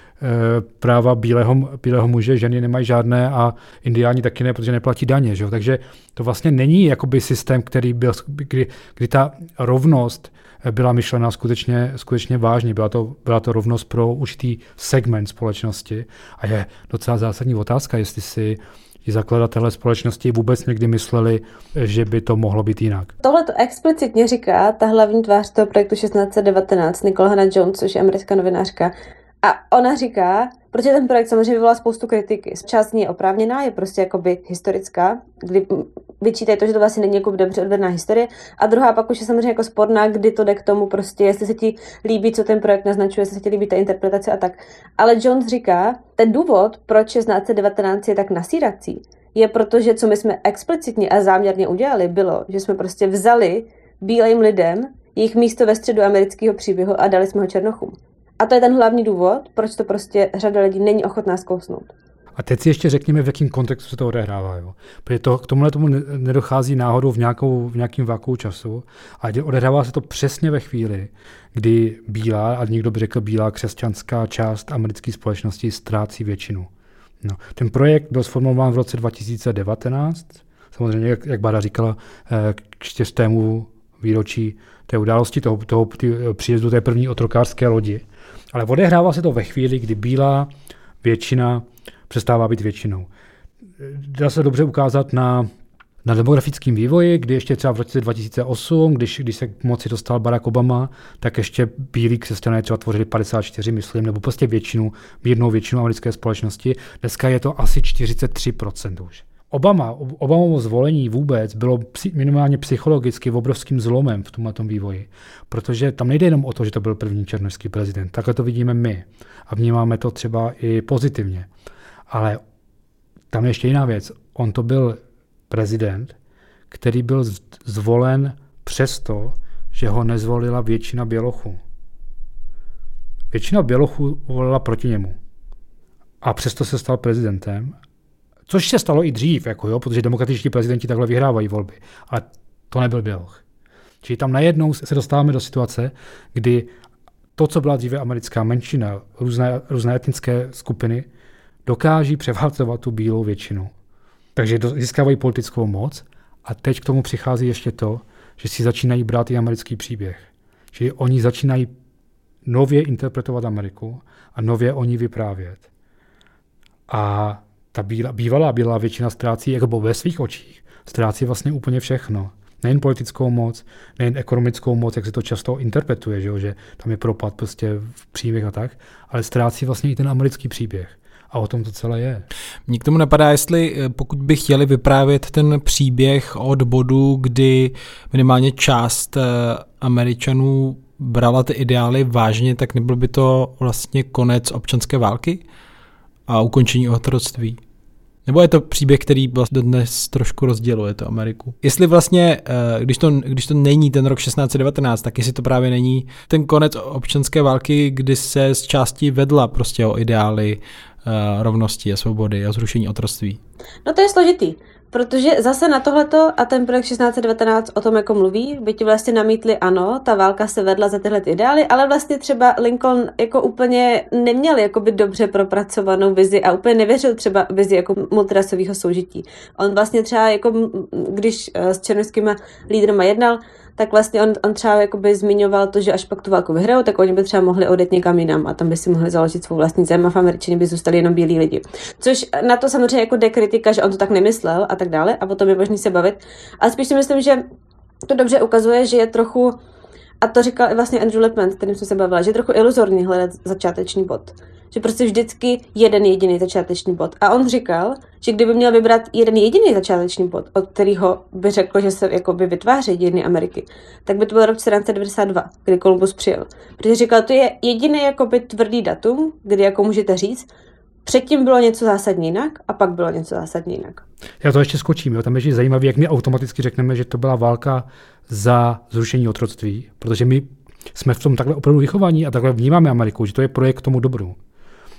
[SPEAKER 9] Práva bílého, bílého muže, ženy nemají žádné a indiáni taky ne, protože neplatí daně. Že? Takže to vlastně není jakoby systém, který byl, kdy, kdy ta rovnost byla myšlená skutečně, skutečně vážně. Byla to, byla to rovnost pro určitý segment společnosti. A je docela zásadní otázka, jestli si zakladatelé společnosti vůbec někdy mysleli, že by to mohlo být jinak.
[SPEAKER 7] Tohle to explicitně říká ta hlavní tvář toho projektu šestnáct set devatenáct, Nikole Hannah Jones, což je americká novinářka. A ona říká, protože ten projekt samozřejmě vyvolal spoustu kritiky. Část z ní je oprávněná, je prostě jakoby historická, kdy vyčítají to, že to vlastně není jako dobře odvedená historie. A druhá pak už je samozřejmě jako sporná, kdy to jde k tomu prostě, jestli se ti líbí, co ten projekt naznačuje, jestli se ti líbí ta interpretace a tak. Ale Jones říká, ten důvod, proč šestnáct set devatenáct je tak nasírací, je proto, že co my jsme explicitně a záměrně udělali, bylo, že jsme prostě vzali bílým lidem jejich místo ve středu amerického příběhu a dali jsme ho černochům. A to je ten hlavní důvod, proč to prostě řada lidí není ochotná zkousnout.
[SPEAKER 9] A teď si ještě řekněme, v jakém kontextu se to odehrává. Jo? Protože to, k tomuhle tomu nedochází náhodou v, nějakou, v nějakým váku času, ale odehrává se to přesně ve chvíli, kdy bílá, a někdo by řekl bílá křesťanská část americké společnosti ztrácí většinu. No. Ten projekt byl sformulován v roce dva tisíce devatenáct, samozřejmě, jak, jak Bára říkala, k čtyřstému výročí té události, toho, toho příjezdu té první otrokářské lodi. Ale odehrává se to ve chvíli, kdy bílá většina přestává být většinou. Dá se dobře ukázat na, na demografickém vývoji, kdy ještě třeba v roce dva tisíce osm, když, když se k moci dostal Barack Obama, tak ještě bílí křesťané třeba tvořili padesát čtyři, myslím, nebo prostě většinu, mírnou většinu americké společnosti. Dneska je to asi čtyřicet tři procent už. Obama, Obamovo zvolení vůbec bylo minimálně psychologicky obrovským zlomem v tomhle vývoji, protože tam nejde jenom o to, že to byl první černošský prezident. Takhle to vidíme my a vnímáme to třeba i pozitivně. Ale tam je ještě jiná věc. On to byl prezident, který byl zvolen přesto, že ho nezvolila většina bělochů. Většina bělochů volila proti němu. A přesto se stal prezidentem. Což se stalo i dřív, jako jo, protože demokratičtí prezidenti takhle vyhrávají volby. Ale to nebyl běloch. Čili tam najednou se dostáváme do situace, kdy to, co byla dříve americká menšina, různé, různé etnické skupiny, dokáží převálcovat tu bílou většinu. Takže získávají politickou moc a teď k tomu přichází ještě to, že si začínají brát i americký příběh. Čili oni začínají nově interpretovat Ameriku a nově o ní vyprávět. A ta bíla, bývalá bílá většina ztrácí, jako ve svých očích, ztrácí vlastně úplně všechno. Nejen politickou moc, nejen ekonomickou moc, jak se to často interpretuje, že, jo? Že tam je propad prostě v příběh a tak, ale ztrácí vlastně i ten americký příběh. A o tom to celé je.
[SPEAKER 1] Mně k tomu napadá, jestli pokud by chtěli vyprávět ten příběh od bodu, kdy minimálně část Američanů brala ty ideály vážně, tak nebyl by to vlastně konec občanské války a ukončení otroctví? Nebo je to příběh, který vlastně dnes trošku rozděluje to Ameriku? Jestli vlastně, když to, když to není ten rok šestnáct set devatenáct, tak jestli to právě není ten konec občanské války, kdy se z části vedla prostě o ideály rovnosti a svobody a zrušení otroctví.
[SPEAKER 7] No to je složitý, protože zase na tohleto a ten projekt šestnáct set devatenáct o tom jako mluví, by ti vlastně namítli, ano, ta válka se vedla za tyhle ideály, ale vlastně třeba Lincoln jako úplně neměl jakoby dobře propracovanou vizi a úplně nevěřil třeba vizi jako multirasového soužití. On vlastně třeba jako, když s černošskými lídrama jednal, tak vlastně on, on třeba jakoby zmiňoval to, že až pak tu válku vyhrajou, tak oni by třeba mohli odjet někam jinam a tam by si mohli založit svou vlastní zem a v Američaně by zůstali jenom bílí lidi. Což na to samozřejmě jako jde kritika, že on to tak nemyslel a tak dále a potom je možný se bavit. Ale spíš si myslím, že to dobře ukazuje, že je trochu, a to říkal i vlastně Andrew Lippman, kterým jsme se bavili, že je trochu iluzorní hledat začáteční bod. Že prostě vždycky jeden jediný začáteční bod. A on říkal, že kdyby měl vybrat jeden jediný začáteční bod, od kterého by řekl, že se jakoby vytváří dějiny Ameriky, tak by to byl rok sedmnáct set devadesát dva, kdy Kolumbus přijel. Protože říkal, to je jediný jakoby tvrdý datum, kdy jako můžete říct, předtím bylo něco zásadně jinak a pak bylo něco zásadně jinak.
[SPEAKER 9] Já to ještě skočím, jo. Tam je zajímavé, jak my automaticky řekneme, že to byla válka za zrušení otroctví, protože my jsme v tom takhle opravdu vychovaní a takhle vnímáme Ameriku, že to je projekt k tomu dobru.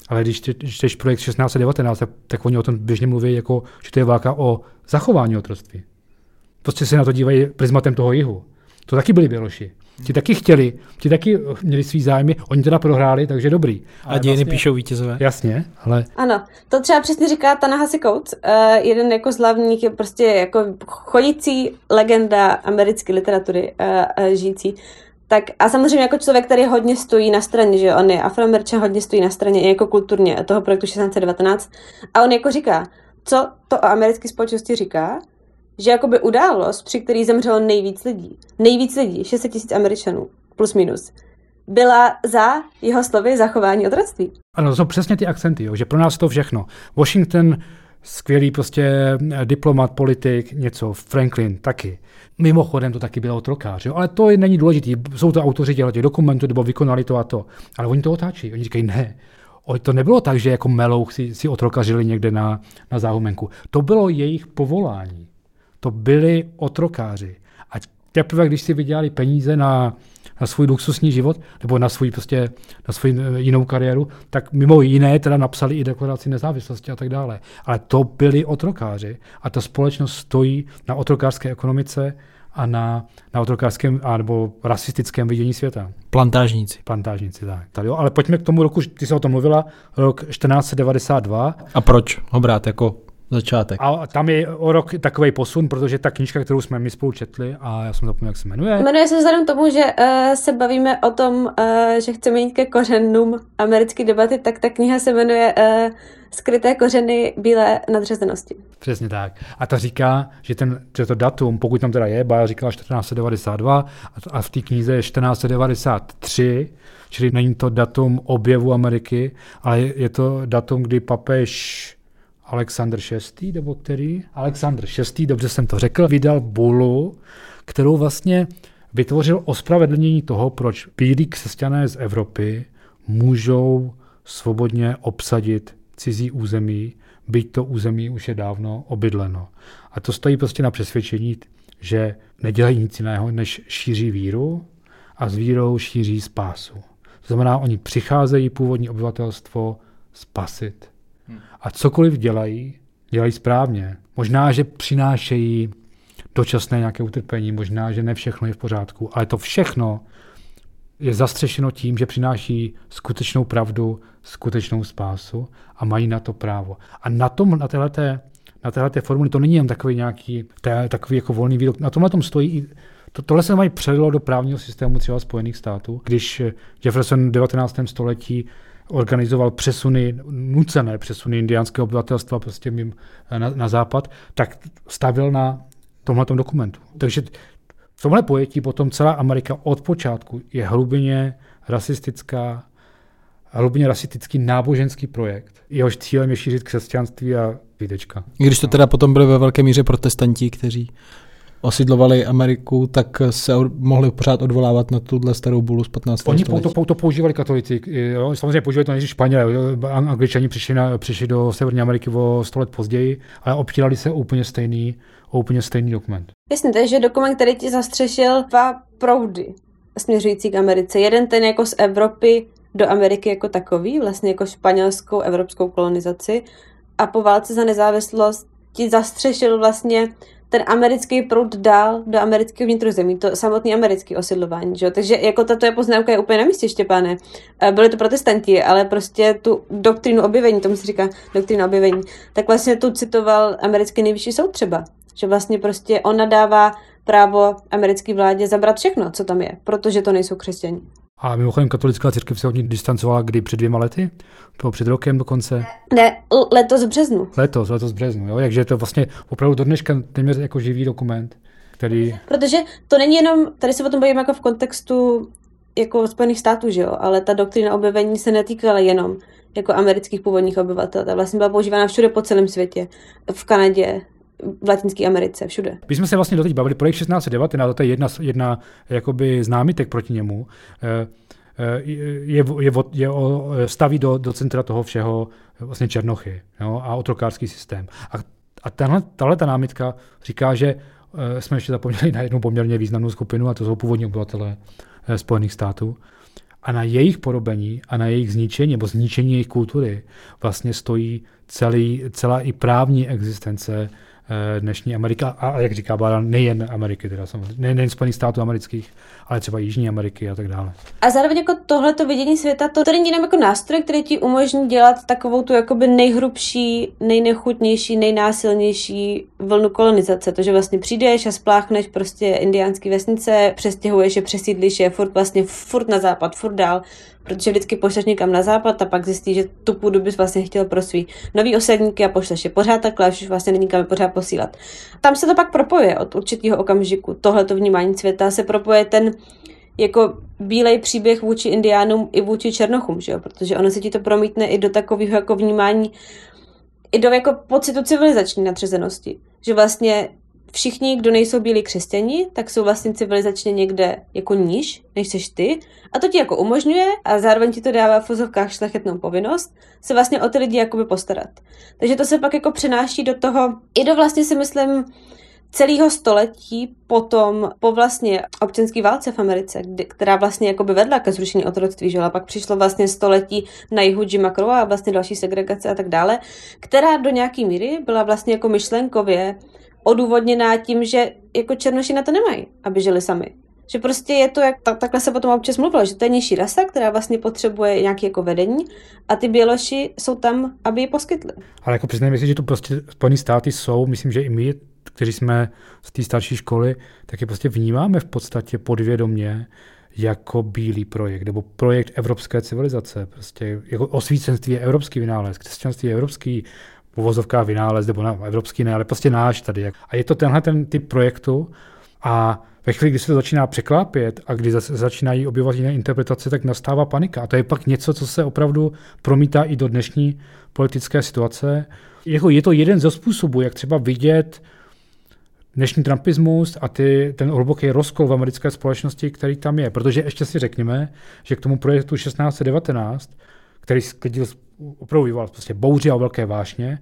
[SPEAKER 9] Ale když čteš projekt šestnáct set devatenáct, tak, tak oni o tom běžně mluví, jako, že to je válka o zachování otroctví. Prostě se na to dívají prismatem toho jihu. To taky byli Běloši. Ti taky chtěli, ti taky měli svý zájmy, oni teda prohráli, takže dobrý.
[SPEAKER 1] Ale a dějiny vlastně píšou vítězové.
[SPEAKER 9] Jasně, ale...
[SPEAKER 7] Ano, to třeba přesně říká Ta-Nehisi Coates, uh, jeden jako z hlavních, je prostě jako chodící legenda americké literatury uh, uh, žijící. Tak a samozřejmě jako člověk, který hodně stojí na straně, že on je Afroameričan, hodně stojí na straně i jako kulturně toho projektu šestnáct set devatenáct. A on jako říká, co to o americké společnosti říká, že jakoby událost, při který zemřelo nejvíc lidí, nejvíc lidí, šest set tisíc Američanů, plus minus, byla za jeho slovy zachování otroctví.
[SPEAKER 9] Ano, to jsou přesně ty akcenty, jo, že pro nás to všechno. Washington, skvělý prostě diplomat, politik, něco, Franklin taky. Mimochodem to taky byl otrokář, jo, ale to není důležitý. Jsou to autoři těch dokumentů, nebo vykonali to a to. Ale oni to otáčí. Oni říkají, ne, to nebylo tak, že jako melouch si, si otrokařili někde na, na záhumenku. To bylo jejich povolání. To byli otrokáři. A teprve, když si vydělali peníze na, na svůj luxusní život, nebo na svůj prostě, na svou jinou kariéru, tak mimo jiné teda napsali i deklaraci nezávislosti a tak dále. Ale to byli otrokáři. A ta společnost stojí na otrokářské ekonomice a na, na otrokářském a nebo rasistickém vidění světa.
[SPEAKER 1] Plantážníci.
[SPEAKER 9] Plantážníci, tak. Tady, jo. Ale pojďme k tomu roku, ty jsi o tom mluvila, rok čtrnáct set devadesát dva.
[SPEAKER 1] A proč ho brát jako začátek?
[SPEAKER 9] A tam je o rok takovej posun, protože ta knížka, kterou jsme my spolu četli, a já jsem zapomněl, jak se jmenuje.
[SPEAKER 7] Jmenuje se vzhledem tomu, že uh, se bavíme o tom, uh, že chceme jít ke kořenům americké debaty, tak ta kniha se jmenuje uh, Skryté kořeny bílé nadřazenosti.
[SPEAKER 9] Přesně tak. A ta říká, že, ten, že to datum, pokud tam teda je, Baja říkala čtrnáct set devadesát dva a v té knize je čtrnáct set devadesát tři, čili není to datum objevu Ameriky, ale je, je to datum, kdy papež Alexandr šestý, nebo který? Alexandr šestý, dobře jsem to řekl, vydal bulu, kterou vlastně vytvořil ospravedlnění toho, proč bílí křesťané z Evropy můžou svobodně obsadit cizí území, byť to území už je dávno obydleno. A to stojí prostě na přesvědčení, že nedělají nic jiného, než šíří víru a s vírou šíří spásu. To znamená, oni přicházejí původní obyvatelstvo spasit. A cokoliv dělají, dělají správně. Možná, že přinášejí dočasné nějaké utrpení, možná, že ne všechno je v pořádku, ale to všechno je zastřešeno tím, že přináší skutečnou pravdu, skutečnou spásu a mají na to právo. A na tom, na téhleté, na téhleté formuli, to není jen takový nějaký, té, takový jako volný výrok, na tomhle tom stojí i To, tohle se mají přelilo do právního systému třeba Spojených států, když Jefferson v devatenáctém století organizoval přesuny, nucené přesuny indiánského obyvatelstva prostě mým, na, na západ, tak stavil na tomhletom dokumentu. Takže v tomhle pojetí potom celá Amerika od počátku je hlubinně rasistická, hlubinně rasistický náboženský projekt. Jehož cílem je šířit křesťanství a výtečka.
[SPEAKER 1] I když to teda potom byli ve velké míře protestanti, kteří osidlovali Ameriku, tak se mohli pořád odvolávat na tuhle starou bulu z patnáctého
[SPEAKER 9] Oni
[SPEAKER 1] století.
[SPEAKER 9] to, to používali katolíci. Jo? Samozřejmě používali to nejdřív Španělé. Angličani přišli, na, přišli do Severní Ameriky o sto let později, ale opírali se úplně stejný, úplně stejný dokument.
[SPEAKER 7] Jasně, to je, že dokument, který ti zastřešil dva proudy směřující k Americe. Jeden ten jako z Evropy do Ameriky jako takový, vlastně jako španělskou evropskou kolonizaci, a po válce za nezávislost ti zastřešil vlastně ten americký proud dál do amerického vnitrozemí, to samotné americké osidlování. Že? Takže jako tato je poznámka je úplně na místě, Štěpáne. Byli to protestanti, ale prostě tu doktrínu objevení, tomu se říká doktrína objevení, tak vlastně tu citoval americký nejvyšší soud třeba. Že vlastně prostě on nadává právo americké vládě zabrat všechno, co tam je, protože to nejsou křesťané.
[SPEAKER 9] A mimochodem katolická církev se od ní distancovala kdy? Před dvěma lety? Nebo před rokem dokonce?
[SPEAKER 7] Ne, letos v březnu.
[SPEAKER 9] Letos, letos v březnu, jo? Takže je to vlastně opravdu do dneška téměř jako živý dokument, který...
[SPEAKER 7] Protože to není jenom, tady se o tom bavíme jako v kontextu jako Spojených států, že jo, ale ta doktrína objevení se netýkala jenom jako amerických původních obyvatel, ta vlastně byla používána všude po celém světě, v Kanadě, v Latinské Americe, všude.
[SPEAKER 9] My jsme se vlastně doteď bavili, projekt šestnáct set devatenáct, to je jedna, jedna jakoby známitek proti němu, je, je, je, je staví do, do centra toho všeho vlastně černochy, jo, a otrokářský systém. A, a tahle, tahle ta námitka říká, že jsme ještě zapomněli na jednu poměrně významnou skupinu, a to jsou původní obyvatelé Spojených států. A na jejich porobení a na jejich zničení nebo zničení jejich kultury vlastně stojí celý, celá i právní existence dnešní Ameriky, a jak říká Bára, nejen Ameriky, teda samozřejmě, nejen Spojených států amerických, ale třeba Jižní Ameriky a tak dále.
[SPEAKER 7] A zároveň jako tohleto vidění světa, to tady jenom jako nástroj, který ti umožní dělat takovou tu jakoby nejhrubší, nejnechutnější, nejnásilnější vlnu kolonizace. To, že vlastně přijdeš a spláchneš prostě indiánský vesnice, přestěhuješ je, přesídlíš je, furt vlastně furt na západ, furt dál, protože vždycky pošleš někam na západ a pak zjistíš, že tu půdu bys vlastně chtěl pro svý nový osadníky a pošleš je pořád takhle a už vlastně není kam je pořád posílat. Tam se to pak propojuje od určitého okamžiku. Tohleto vnímání světa se propojuje ten jako bílej příběh vůči indiánům i vůči černochům, že jo? Protože ono se ti to promítne i do takového jako vnímání, i do jako pocitu civilizační nadřazenosti. Že vlastně všichni, kdo nejsou bílí křesťani, tak jsou vlastně civilizačně někde jako níž, než seš ty. A to ti jako umožňuje a zároveň ti to dává v vozovkách šlechetnou povinnost se vlastně o ty lidi jakoby postarat. Takže to se pak jako přenáší do toho, i do vlastně si myslím celého století potom po vlastně občanské válce v Americe, kdy, která vlastně jakoby vedla ke zrušení otroctví, že? A pak přišlo vlastně století na jihu Jima Crow a vlastně další segregace a tak dále, která do nějaký míry byla vlastně jako myšlenkově odůvodněná tím, že jako černoši na to nemají, aby žili sami. Že prostě je to, jak ta, takhle se potom občas mluvilo, že to je nižší rasa, která vlastně potřebuje nějaké jako vedení a ty běloši jsou tam, aby ji poskytli.
[SPEAKER 9] Ale jako přiznejme si, že to prostě Spojené státy jsou, myslím, že i my, kteří jsme z té starší školy, tak je prostě vnímáme v podstatě podvědomě jako bílý projekt, nebo projekt evropské civilizace. Prostě jako osvícenství je evropský vynález, křesťanství je evropský uvozovká vynález, nebo na evropský ne, ale prostě náš tady. A je to tenhle ten typ projektu a ve chvíli, kdy se to začíná překlápět a kdy začínají objevovat jiné interpretace, tak nastává panika. A to je pak něco, co se opravdu promítá i do dnešní politické situace. Je to jeden ze způsobů, jak třeba vidět dnešní trumpismus a ty, ten hluboký rozkol v americké společnosti, který tam je. Protože ještě si řekněme, že k tomu projektu šestnáct set devatenáct, který sklidil opravdu vyvolal prostě bouři a velké vášně,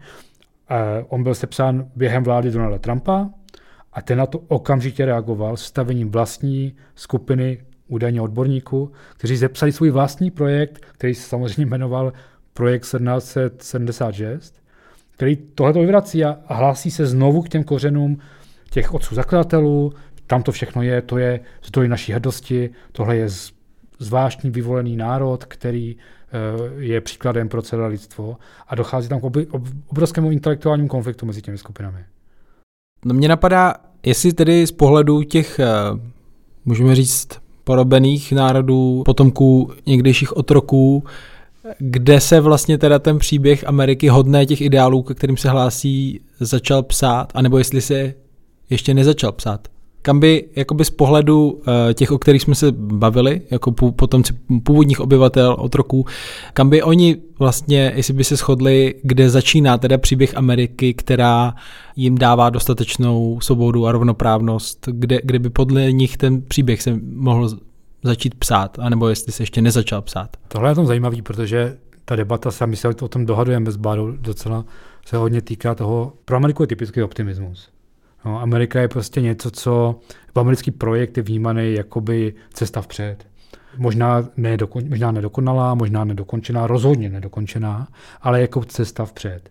[SPEAKER 9] on byl sepsán během vlády Donalda Trumpa a ten na to okamžitě reagoval stavením vlastní skupiny údajně odborníků, kteří zepsali svůj vlastní projekt, který se samozřejmě jmenoval Projekt sedmnáct set sedmdesát šest, který tohleto vyvrací a hlásí se znovu k těm kořenům těch otců zakladatelů. Tam to všechno je, to je zdroj naší hrdosti, tohle je zvláštní vyvolený národ, který je příkladem pro celé lidstvo a dochází tam k obrovskému intelektuálnímu konfliktu mezi těmi skupinami.
[SPEAKER 1] No mě napadá, jestli tedy z pohledu těch, můžeme říct, porobených národů, potomků někdejších otroků, kde se vlastně teda ten příběh Ameriky hodné těch ideálů, ke kterým se hlásí, začal psát, anebo jestli se ještě nezačal psát. Kam by jakoby z pohledu uh, těch, o kterých jsme se bavili, jako potomci původních obyvatel, otroků, kam by oni vlastně, jestli by se shodli, kde začíná teda příběh Ameriky, která jim dává dostatečnou svobodu a rovnoprávnost, kde, kde by podle nich ten příběh se mohl začít psát, anebo jestli se ještě nezačal psát.
[SPEAKER 9] Tohle je tom zajímavý, protože ta debata, sami se o tom dohadujeme s Bárou, docela se hodně týká toho, pro Ameriku je typický optimismus. No, Amerika je prostě něco, co americký projekt je vnímaný jakoby cesta vpřed. Možná, nedokon, možná nedokonalá, možná nedokončená, rozhodně nedokončená, ale jako cesta vpřed.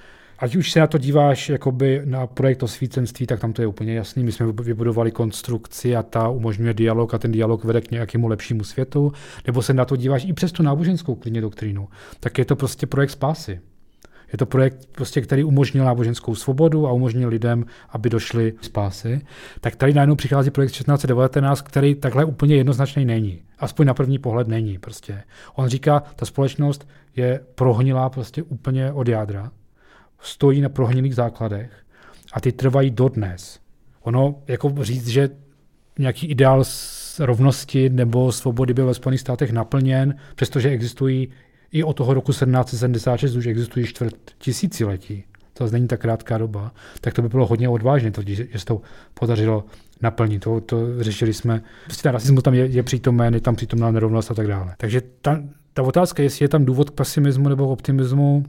[SPEAKER 9] Ať už se na to díváš jakoby na projekt osvícenství, tak tam to je úplně jasný. My jsme vybudovali konstrukci a ta umožňuje dialog a ten dialog vede k nějakému lepšímu světu. Nebo se na to díváš i přes tu náboženskou klidně doktrínu. Tak je to prostě projekt spásy. Je to projekt, prostě, který umožnil náboženskou svobodu a umožnil lidem, aby došli spásy. Tak tady najednou přichází projekt šestnáct set devatenáct, který takhle úplně jednoznačný není. Aspoň na první pohled není. Prostě. On říká, ta společnost je prohnilá prostě úplně od jádra. Stojí na prohnilých základech a ty trvají dodnes. Ono, jako říct, že nějaký ideál rovnosti nebo svobody byl ve Spojených státech naplněn, přestože existují i od toho roku sedmnáct set sedmdesát šest už existují čtvrt tisíciletí. To není tak krátká doba. Tak to by bylo hodně odvážné, to, že se to podařilo naplnit. To, to řešili jsme. Prostě ten rasismus tam je, je přítomen, je tam přítomná nerovnost a tak dále. Takže ta, ta otázka, jestli je tam důvod k pesimismu nebo k optimismu,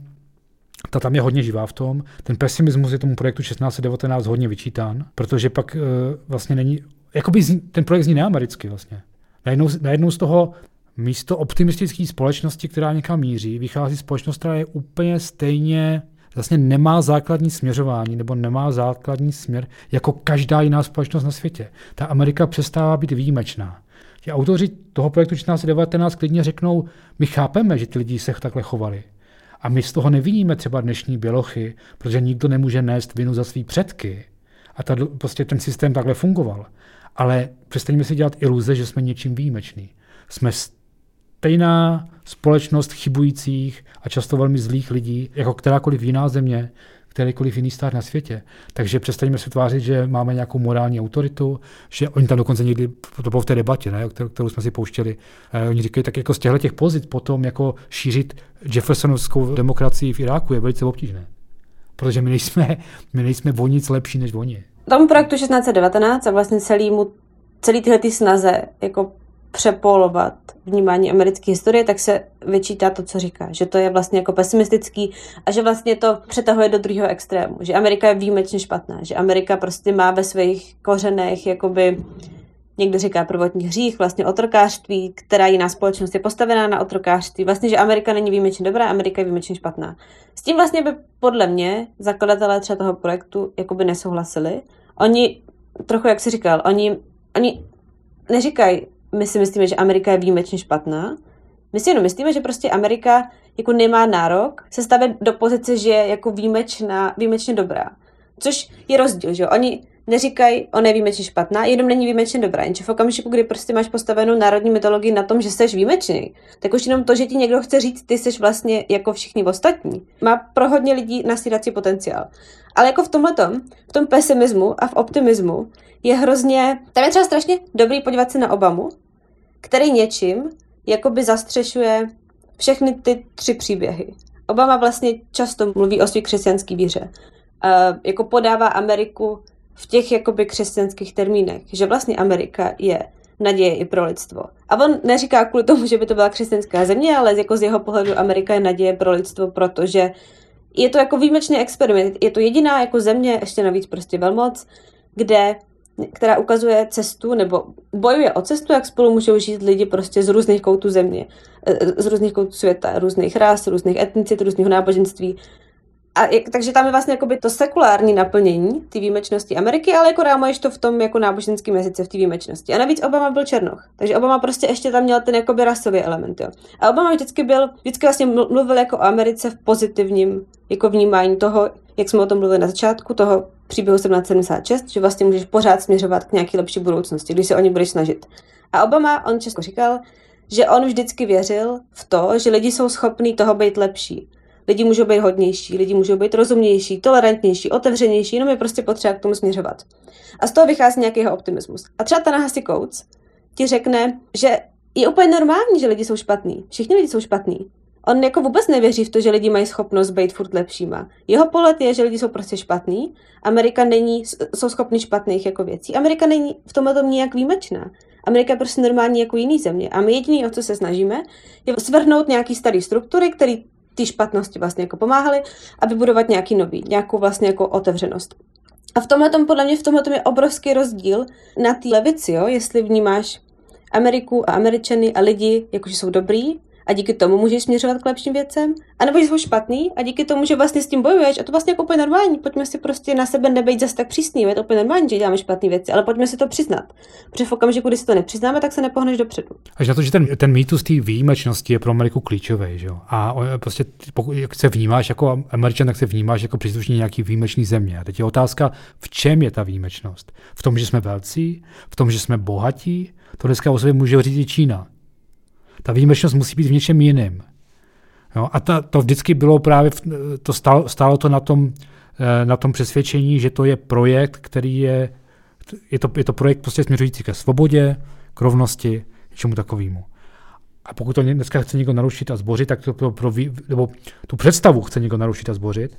[SPEAKER 9] ta tam je hodně živá v tom. Ten pesimismus je tomu projektu šestnáct set devatenáct hodně vyčítán, protože pak uh, vlastně není, jakoby zní, ten projekt zní neamericky vlastně. Najednou, najednou z toho místo optimistické společnosti, která někam míří, vychází společnost, která je úplně stejně, vlastně nemá základní směřování nebo nemá základní směr jako každá jiná společnost na světě. Ta Amerika přestává být výjimečná. Ti autoři toho projektu čtrnáct set devatenáct klidně řeknou, my chápeme, že ty lidi se takhle chovali. A my z toho neviníme třeba dnešní bělochy, protože nikdo nemůže nést vinu za svý předky. A ta, prostě ten systém takhle fungoval. Ale přestaňme si dělat iluze, že jsme něčím výjimečný. Jsme stejná společnost chybujících a často velmi zlých lidí, jako kterákoliv jiná země, kterýkoliv jiný stát na světě. Takže přestaňme se tvářit, že máme nějakou morální autoritu, že oni tam dokonce někdy, to bylo v té debatě, ne, kterou jsme si pouštěli, eh, oni říkají, tak jako z těchto těch pozic potom jako šířit Jeffersonovskou demokracii v Iráku je velice obtížné. Protože my nejsme, my nejsme o nic lepší než oni.
[SPEAKER 7] Tomu projektu šestnáct set devatenáct a vlastně celý, celý tyhle ty snaze jako přepolovat vnímání americké historie, tak se vyčítá to, co říká, že to je vlastně jako pesimistický a že vlastně to přetahuje do druhého extrému, že Amerika je výjimečně špatná, že Amerika prostě má ve svých kořenech jakoby, někdo říká prvotní hřích, vlastně otrokářství, která jiná společnost je postavená na otrokářství, vlastně, že Amerika není výjimečně dobrá, Amerika je výjimečně špatná. S tím vlastně by podle mě zakladatelé třeba toho projektu jakoby nesouhlasili. Oni, trochu jak jsi říkal, oni, oni neříkají, my si myslíme, že Amerika je výjimečně špatná. My si jenom myslíme, že prostě Amerika jako nemá nárok se stavět do pozice, že je jako výjimečná, výjimečně dobrá. Což je rozdíl, že jo? Oni neříkají, ona je výjimečně špatná, jenom není výjimečně dobrá. Jenže v okamžiku, kdy prostě máš postavenou národní mytologii na tom, že jsi výjimečný, tak už jenom to, že ti někdo chce říct, ty jsi vlastně jako všichni ostatní, má pro hodně lidí nasírací potenciál. Ale jako v tomhletom, v tom pesimismu a v optimismu je hrozně, tam je třeba strašně dobrý podívat se na Obamu, který něčím jakoby zastřešuje všechny ty tři příběhy. Obama vlastně často mluví o své křesťanské víře. Uh, jako podává Ameriku v těch jakoby křesťanských termínech, že vlastně Amerika je naděje i pro lidstvo. A on neříká kvůli tomu, že by to byla křesťanská země, ale jako z jeho pohledu Amerika je naděje pro lidstvo, protože je to jako výjimečný experiment. Je to jediná jako země, ještě navíc prostě velmoc, kde, která ukazuje cestu, nebo bojuje o cestu, jak spolu můžou žít lidi prostě z různých koutů země, z různých koutů světa, různých ras, různých etnicit, různého náboženství. A je, takže tam je vlastně jakoby to sekulární naplnění té výjimečnosti Ameriky, ale jako rámuješ to v tom jako náboženském jazyce v té výjimečnosti. A navíc Obama byl černoch, takže Obama prostě ještě tam měl ten jakoby rasový element. Jo. A Obama vždycky byl, vždycky vlastně mluvil jako o Americe v pozitivním jako vnímání toho, jak jsme o tom mluvili na začátku, toho příběhu sedmnáct set sedmdesát šest, že vlastně můžeš pořád směřovat k nějaké lepší budoucnosti, když se o ně budeš snažit. A Obama, on česko říkal, že on vždycky věřil v to, že lidi jsou schopní toho být lepší. Lidi můžou být hodnější, lidi můžou být rozumnější, tolerantnější, otevřenější, jenom je prostě potřeba k tomu směřovat. A z toho vychází nějaký jeho optimismus. A třeba Ta-Nehisi Coates ti řekne, že je úplně normální, že lidi jsou špatní. Všichni lidi jsou špatní. On jako vůbec nevěří v to, že lidi mají schopnost být furt lepšíma. Jeho pohled je, že lidi jsou prostě špatní. Amerika není, jsou schopni špatných jako věcí. Amerika není v tomhle tom nijak výjimečná. Amerika je prostě normální jako jiný země. A my jediný, o co se snažíme, je svrhnout nějaký starý struktury, které ty špatnosti vlastně jako pomáhaly a vybudovat nějaký nový, nějakou vlastně jako otevřenost. A v tomhletom, podle mě v tomhletom je obrovský rozdíl na té levici, jo? Jestli vnímáš Ameriku a Američany a lidi, jakože jsou dobrý a díky tomu můžeš směřovat k lepším věcem, anebo že jsou špatný a díky tomu, že vlastně s tím bojuješ a to vlastně jako úplně normální, pojďme si prostě na sebe nebejt zase tak přísný, je to úplně normální, že děláme špatné věci, ale pojďme si to přiznat. Protože v okamžiku, kdy si to nepřiznáme, tak se nepohneš dopředu. Až
[SPEAKER 9] na to, že ten, ten mýtus té výjimečnosti je pro Ameriku klíčový, že jo? A prostě pokud se vnímáš jako Američan, tak se vnímáš jako příslušník nějaký výjimečný země. A teď je otázka, v čem je ta výjimečnost? V tom, že jsme velcí, v tom, že jsme bohatí, to dneska o sobě může říct i Čína. Ta výjimečnost musí být v něčem jiném. Jo? A ta, to vždycky bylo právě, to stálo, stálo to na tom, na tom přesvědčení, že to je projekt, který je, je to, je to projekt prostě směřující ke svobodě, k rovnosti, k čemu takovému. A pokud to dneska chce někdo narušit a zbořit, tak to pro, pro nebo tu představu chce někdo narušit a zbořit,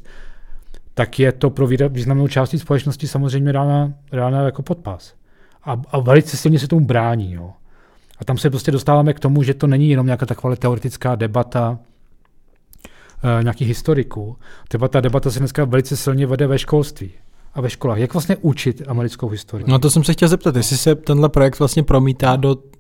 [SPEAKER 9] tak je to pro významnou části společnosti samozřejmě rána, rána jako podpas. A, a velice silně se tomu brání. Jo. A tam se prostě dostáváme k tomu, že to není jenom nějaká taková teoretická debata e, nějakých historiků. Třeba ta debata se dneska velice silně vede ve školství a ve školách. Jak vlastně učit americkou historii?
[SPEAKER 1] No to jsem se chtěl zeptat, jestli se tenhle projekt vlastně promítá do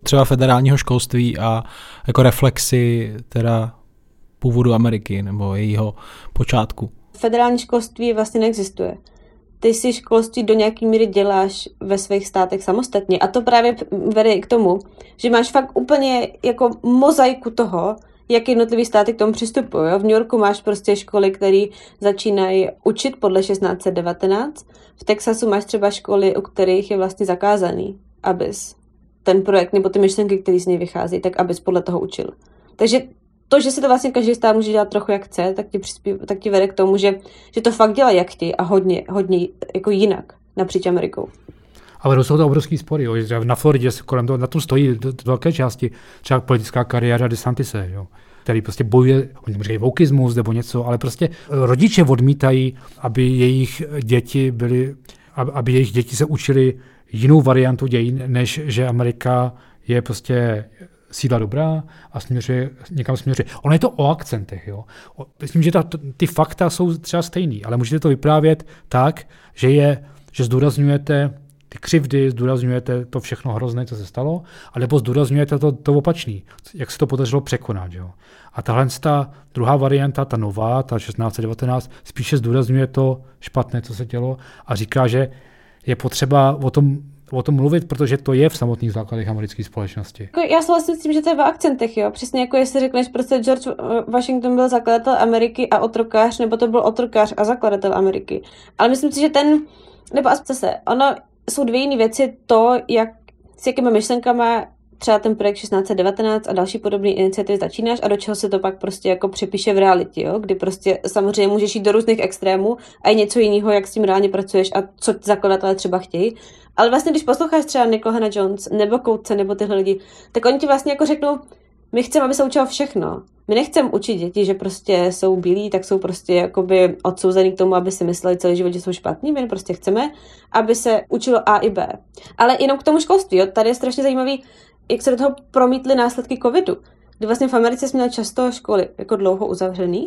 [SPEAKER 1] třeba federálního školství a jako reflexi teda původu Ameriky nebo jejího počátku.
[SPEAKER 7] Federální školství vlastně neexistuje. Ty si školství do nějaký míry děláš ve svých státech samostatně a to právě vede k tomu, že máš fakt úplně jako mozaiku toho, jak jednotlivý státy k tomu přistupují. Jo? V New Yorku máš prostě školy, které začínají učit podle šestnáct set devatenáct. V Texasu máš třeba školy, u kterých je vlastně zakázaný, abys ten projekt nebo ty myšlenky, které z něj vychází, tak abys podle toho učil. Takže to, že si to vlastně každý stát může dělat trochu jak chce, tak ti, přispív, tak ti vede k tomu, že, že to fakt dělá jak chtějí a hodně, hodně jako jinak napříč Amerikou.
[SPEAKER 9] Ale jsou to obrovský spory. Jo. Na Floridě kolem toho, na tom stojí do, do velké části třeba politická kariéra DeSantise, jo, který prostě bojuje, oni říkají wokeismus nebo něco, ale prostě rodiče odmítají, aby jejich děti byly, aby jejich děti se učili jinou variantu dějin, než že Amerika je prostě síla dobrá a směřuje, někam směřuje. Ono je to o akcentech. Jo. Myslím, že ta, ty fakta jsou třeba stejný, ale můžete to vyprávět tak, že, je, že zdůrazňujete ty křivdy, zdůrazňujete to všechno hrozné, co se stalo, alebo zdůrazňujete to, to opačný, jak se to podařilo překonat. Jo. A tahle ta druhá varianta, ta nová, ta šestnáct set devatenáct, spíše zdůrazňuje to špatné, co se dělo a říká, že je potřeba o tom o tom mluvit, protože to je v samotných základech americké společnosti.
[SPEAKER 7] Já souhlasím s tím, že to je v akcentech, jo. Přesně jako jestli řekneš, prostě George Washington byl zakladatel Ameriky a otrokář, nebo to byl otrokář a zakladatel Ameriky. Ale myslím si, že ten, nebo aspoň se, ono jsou dvě jiné věci, to, jak, s jakými myšlenkama třeba ten projekt šestnáct set devatenáct a další podobné iniciativy začínáš a do čeho se to pak prostě jako přepíše v realitě, jo? Kdy prostě samozřejmě můžeš jít do různých extrémů a je něco jiného, jak s tím reálně pracuješ a co zakladatelé třeba chtějí. Ale vlastně, když posloucháš třeba Nikol Hannah-Jones nebo Coatese nebo tyhle lidi, tak oni ti vlastně jako řeknou, my chceme, aby se učilo všechno. My nechceme učit děti, že prostě jsou bílí, tak jsou prostě jakoby odsouzený k tomu, aby si mysleli celý život, že jsou špatní. My prostě chceme, aby se učilo A i B. Ale jenom k tomu školství, jo? Tady je strašně zajímavý, jak se do toho promítly následky covidu. Kdy vlastně v Americe jsme měli často školy jako dlouho uzavřený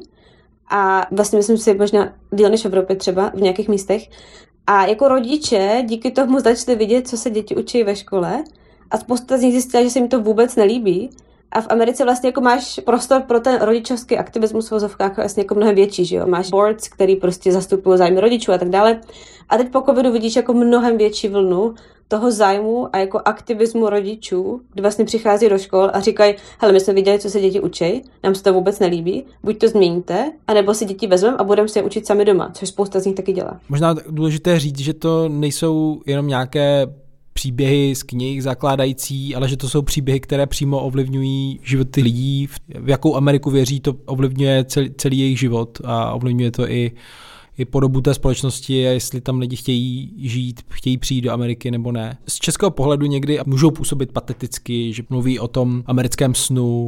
[SPEAKER 7] a vlastně myslím si možná díl než v Evropě třeba v nějakých místech. A jako rodiče díky tomu začali vidět, co se děti učí ve škole a spousta z nich zjistila, že se jim to vůbec nelíbí. A v Americe vlastně jako máš prostor pro ten rodičovský aktivismus v vozovkách vlastně jako mnohem větší, že jo? Máš boards, který prostě zastupují zájmy rodičů a tak dále. A teď po covidu vidíš jako mnohem větší vlnu toho zájmu a jako aktivismu rodičů, kdy vlastně přichází do škol a říkají, hele, my jsme viděli, co se děti učí, nám se to vůbec nelíbí, buď to změníte, anebo si děti vezmeme a budeme se je učit sami doma, což spousta z nich taky dělá.
[SPEAKER 1] Možná důležité říct, že to nejsou jenom nějaké příběhy z knih zakládající, ale že to jsou příběhy, které přímo ovlivňují životy lidí, v jakou Ameriku věří, to ovlivňuje celý, celý jejich život a ovlivňuje to i i podobu té společnosti a jestli tam lidi chtějí žít, chtějí přijít do Ameriky nebo ne. Z českého pohledu někdy můžou působit pateticky, že mluví o tom americkém snu,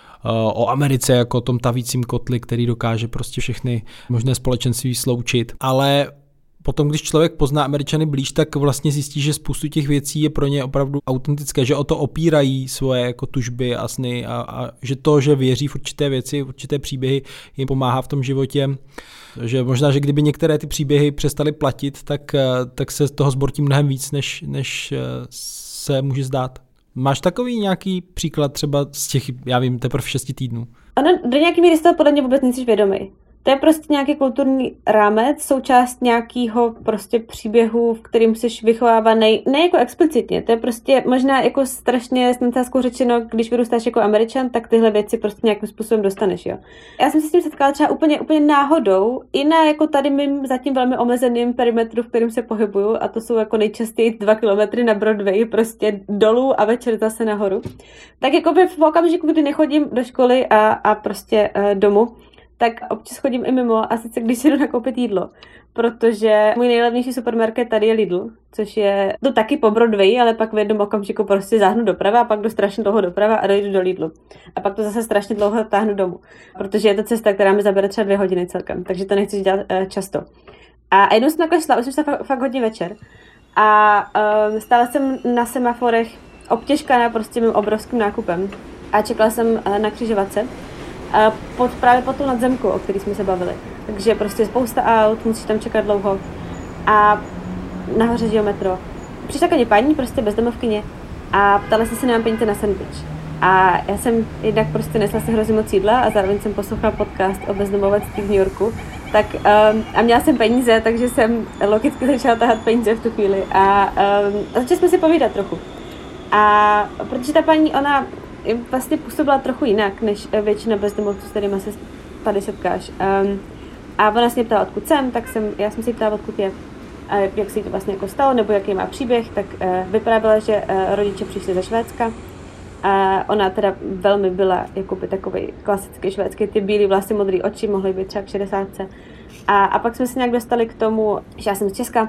[SPEAKER 1] o Americe jako o tom tavícím kotli, který dokáže prostě všechny možné společenství sloučit, ale potom, když člověk pozná Američany blíž, tak vlastně zjistí, že spoustu těch věcí je pro ně opravdu autentické, že o to opírají svoje jako tužby a sny a, a že to, že věří v určité věci, v určité příběhy jim pomáhá v tom životě. Že možná, že kdyby některé ty příběhy přestaly platit, tak, tak se z toho zbortí mnohem víc, než, než se může zdát. Máš takový nějaký příklad třeba z těch, já vím, teprve šesti týdnů?
[SPEAKER 7] Ano, do nějaký míry z toho podle mě vůbec nejsi vědomý. To je prostě nějaký kulturní rámec, součást nějakého prostě příběhu, v kterým jsi vychovávaný, ne jako explicitně, to je prostě možná jako strašně s nadsázkou řečeno, když vyrůstáš jako Američan, tak tyhle věci prostě nějakým způsobem dostaneš, jo. Já jsem se s tím setkala třeba úplně, úplně náhodou, i na jako tady mým zatím velmi omezeným perimetru, v kterém se pohybuju, a to jsou jako nejčastěji dva kilometry na Broadway, prostě dolů a večer zase nahoru. Tak jako v okamžiku, kdy nechodím do školy a, a prostě uh, domů, tak občas chodím i mimo a sice když si jdu nakoupit jídlo, protože můj nejlevnější supermarket tady je Lidl, což je to taky po Broadway, ale pak v jednom okamžiku prostě záhnu doprava a pak jdu strašně dlouho doprava a dojdu do Lidlu. A pak to zase strašně dlouho táhnu domů, protože je to cesta, která mi zabere třeba dvě hodiny celkem, takže to nechci dělat uh, často. A jednou jsem takhle šla, už jsem šla fakt, fakt hodně večer a uh, stála jsem na semaforech obtěžkaná prostě mým obrovským nákupem a čekala jsem uh, na křižovatce. Pod, právě pod tu nadzemku, o který jsme se bavili. Takže prostě spousta aut, musíš tam čekat dlouho. A nahoře, že jo, metro. Přišla ke mně paní, prostě bezdomovkyně. a ptala se, jestli nemám peníze na sandwich. A já jsem jednak prostě nesla se hrozně moc jídla a zároveň jsem poslouchala podcast o bezdomovectví v New Yorku. Tak, um, a měla jsem peníze, takže jsem logicky začala tahat peníze v tu chvíli a, um, a začali jsme si povídat trochu. A protože ta paní, ona vlastně působila trochu jinak, než většina bezdomovců, s kterými se tady setkáš. Um, a ona se mě ptala, odkud jsem, tak jsem, já jsem si ptala, odkud je, a jak se jí to vlastně jako stalo, nebo jaký má příběh, tak uh, vyprávěla, že uh, rodiče přišli ze Švédska. A ona teda velmi byla jakoby takovej klasický švédský, ty bílý vlasy, modrý oči, mohly být třeba k šedesátce. A, a pak jsme se nějak dostali k tomu, že já jsem z Česka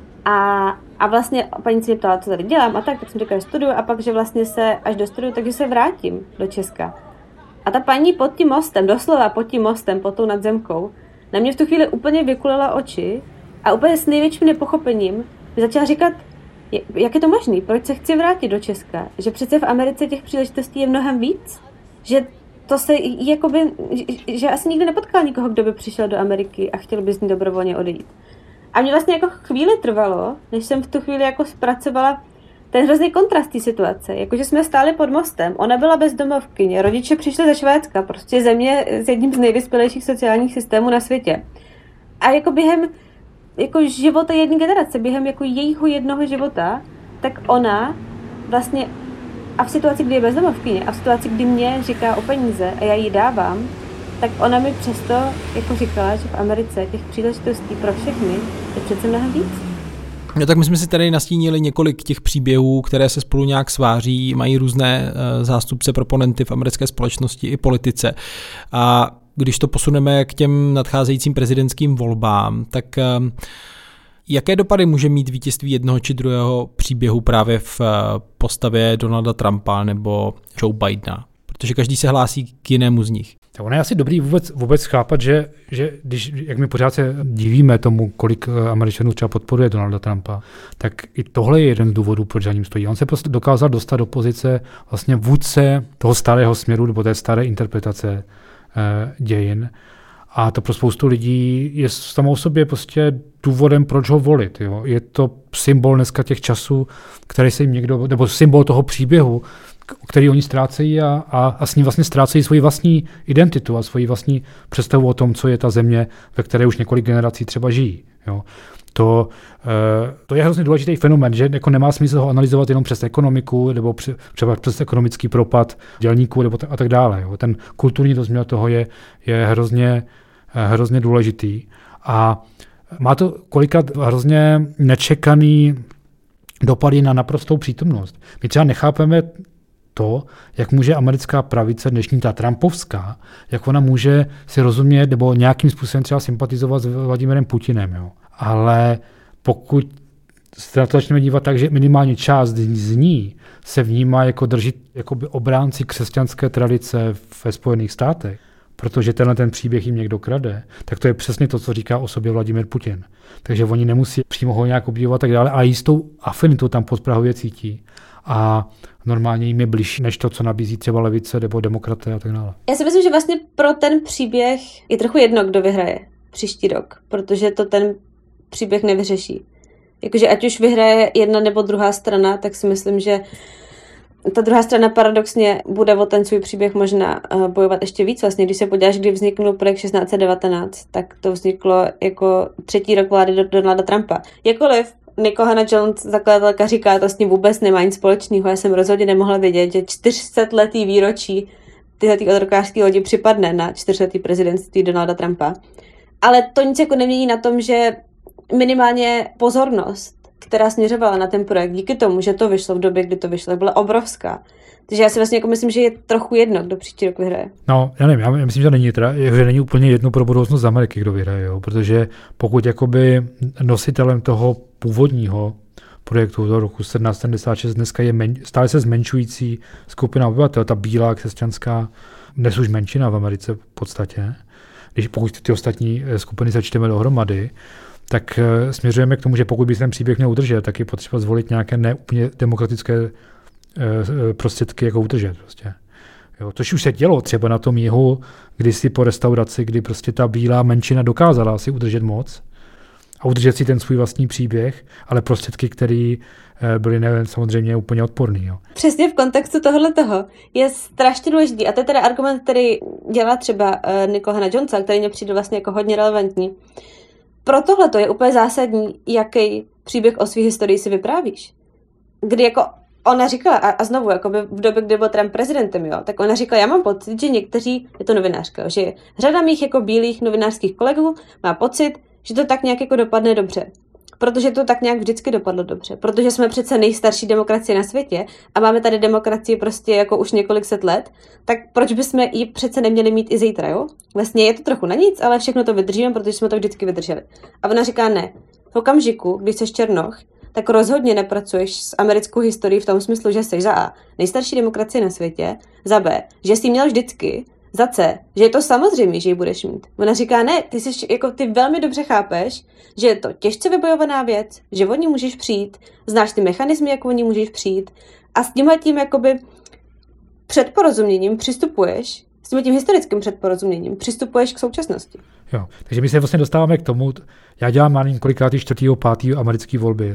[SPEAKER 7] a, a vlastně paní se mě ptala, co tady dělám a tak, tak jsem říkala, že studuju a pak, že vlastně se až do studiu, takže se vrátím do Česka. A ta paní pod tím mostem, doslova pod tím mostem, pod tou nadzemkou, na mě v tu chvíli úplně vykulila oči a úplně s největším nepochopením mi začala říkat, jak je to možný, proč se chci vrátit do Česka, že přece v Americe těch příležitostí je mnohem víc, že to se jakoby, že, že asi nikdy nepotkal nikoho, kdo by přišel do Ameriky a chtěl by z ní dobrovolně odejít. A mě vlastně jako chvíli trvalo, než jsem v tu chvíli jako zpracovala ten hrozný kontrast té situace, jakože jsme stáli pod mostem, ona byla bezdomovkyně, rodiče přišli ze Švédska, prostě země s jedním z nejvyspělejších sociálních systémů na světě. A jako během jako života jedné generace, během jako jejího jednoho života, tak ona vlastně a v situaci, kdy je bezdomovkyně a v situaci, kdy mě říká o peníze a já jí dávám, tak ona mi přesto jako říkala, že v Americe těch příležitostí pro všechny je přece mnohem víc.
[SPEAKER 1] No tak my jsme si tady nastínili několik těch příběhů, které se spolu nějak sváří, mají různé uh, zástupce, proponenty v americké společnosti i politice. A když to posuneme k těm nadcházejícím prezidentským volbám, tak uh, jaké dopady může mít vítězství jednoho či druhého příběhu právě v uh, postavě Donalda Trumpa nebo Joe Bidena? Protože každý se hlásí k jinému z nich.
[SPEAKER 9] Tak ono je asi dobrý vůbec, vůbec chápat, že, že když, jak my pořád se divíme tomu, kolik Američanů třeba podporuje Donalda Trumpa, tak i tohle je jeden z důvodů, proč za ním stojí. On se prostě dokázal dostat do pozice vlastně vůdce toho starého směru, nebo té staré interpretace eh, dějin. A to pro spoustu lidí je samo o sobě prostě důvodem, proč ho volit. Jo. Je to symbol dneska těch časů, který se jim někdo, nebo symbol toho příběhu, který oni ztrácejí a, a, a s ním vlastně ztrácejí svoji vlastní identitu a svoji vlastní představu o tom, co je ta země, ve které už několik generací třeba žijí. Jo. To, e, to je hrozně důležitý fenomén, že jako nemá smysl ho analyzovat jenom přes ekonomiku nebo při, třeba přes ekonomický propad dělníků nebo t- a tak dále. Jo. Ten kulturní rozměr toho je, je hrozně, hrozně důležitý a má to kolikrát hrozně nečekaný dopady na naprostou přítomnost. My třeba nechápeme to, jak může americká pravice, dnešní ta trumpovská, jak ona může si rozumět nebo nějakým způsobem třeba sympatizovat s Vladimirem Putinem. Jo. Ale pokud se na to začneme dívat tak, že minimálně část z ní se vnímá jako držit jakoby obránci křesťanské tradice ve Spojených státech, protože tenhle ten příběh jim někdo krade, tak to je přesně to, co říká o sobě Vladimir Putin. Takže oni nemusí přímo ho nějak obdivovat tak dále a jistou afinitu tam podprahově cítí. A normálně jim je bližší než to, co nabízí třeba levice nebo demokraté a tak dále.
[SPEAKER 7] Já si myslím, že vlastně pro ten příběh je trochu jedno, kdo vyhraje příští rok, protože to ten příběh nevyřeší. Jakože ať už vyhraje jedna nebo druhá strana, tak si myslím, že ta druhá strana paradoxně bude o ten svůj příběh možná bojovat ještě víc. Vlastně, když se podíváš, kdy vzniknul projekt šestnáct set devatenáct, tak to vzniklo jako třetí rok vlády do Donalda Trumpa. Jakkoliv Nikole Hannah-Jones, zakladatelka, říká, to s ním vůbec nemá nic společného. Já jsem rozhodně nemohla vědět, že čtyřsetletý výročí tyhletý otrokářský lodi připadne na čtyřletý prezidentství Donalda Trumpa. Ale to nic jako nemění na tom, že minimálně pozornost, která směřovala na ten projekt, díky tomu, že to vyšlo v době, kdy to vyšlo, byla obrovská. Takže já si vlastně jako myslím, že je trochu jedno, kdo příští rok vyhraje.
[SPEAKER 9] No, já nevím, já myslím, že není, teda, že není úplně jedno pro budoucnost Ameriky, kdo vyhraje, jo? Protože pokud jakoby nositelem toho původního projektu do roku sedmnáct set sedmdesát šest dneska je men, stále se zmenšující skupina obyvatel, ta bílá křesťanská, dnes už menšina v Americe v podstatě, když pokud ty ostatní skupiny sečteme dohromady, tak uh, směřujeme k tomu, že pokud by ten příběh měl udržet, tak je potřeba zvolit nějaké neúplně demokratické uh, prostředky, jako udržet. Prostě. Jo, tož už se dělo třeba na tom jihu, kdysi po restauraci, kdy prostě ta bílá menšina dokázala si udržet moc, a udržet si ten svůj vlastní příběh, ale prostředky, které byly nevím, samozřejmě úplně odporný. Jo.
[SPEAKER 7] Přesně v kontextu tohohle toho je strašně důležitý. A to je teda argument, který dělá třeba uh, Nikol Hannah-Johnsona, který mě přijde vlastně jako hodně relevantní. Pro tohleto je úplně zásadní, jaký příběh o svý historii si vyprávíš. Kdy jako ona říkala, a, a znovu, jako v době, kdy byl Trump prezidentem, jo, tak ona říkala, já mám pocit, že někteří, je to novinářka, jo, že řada mých jako bílých novinářských kolegů má pocit, že to tak nějak jako dopadne dobře. Protože to tak nějak vždycky dopadlo dobře. Protože jsme přece nejstarší demokracie na světě a máme tady demokracii prostě jako už několik set let, tak proč bychom ji přece neměli mít i zítra, jo? Vlastně je to trochu na nic, ale všechno to vydržíme, protože jsme to vždycky vydrželi. A ona říká ne. V okamžiku, když jsi černoch, tak rozhodně nepracuješ s americkou historií v tom smyslu, že jsi za A nejstarší demokracie na světě, za B, že jsi ji měl vždycky, za C, že je to samozřejmě, že ji budeš mít. Ona říká, ne, ty, jsi, jako, ty velmi dobře chápeš, že je to těžce vybojovaná věc, že od ní můžeš přijít, znáš ty mechanismy, jak od ní můžeš přijít a s tímhle tím jakoby předporozuměním přistupuješ, s tímhle tím historickým předporozuměním přistupuješ k současnosti.
[SPEAKER 9] Jo, takže my se vlastně dostáváme k tomu, já dělám má několikátý čtvrtýho, pátýho americké volby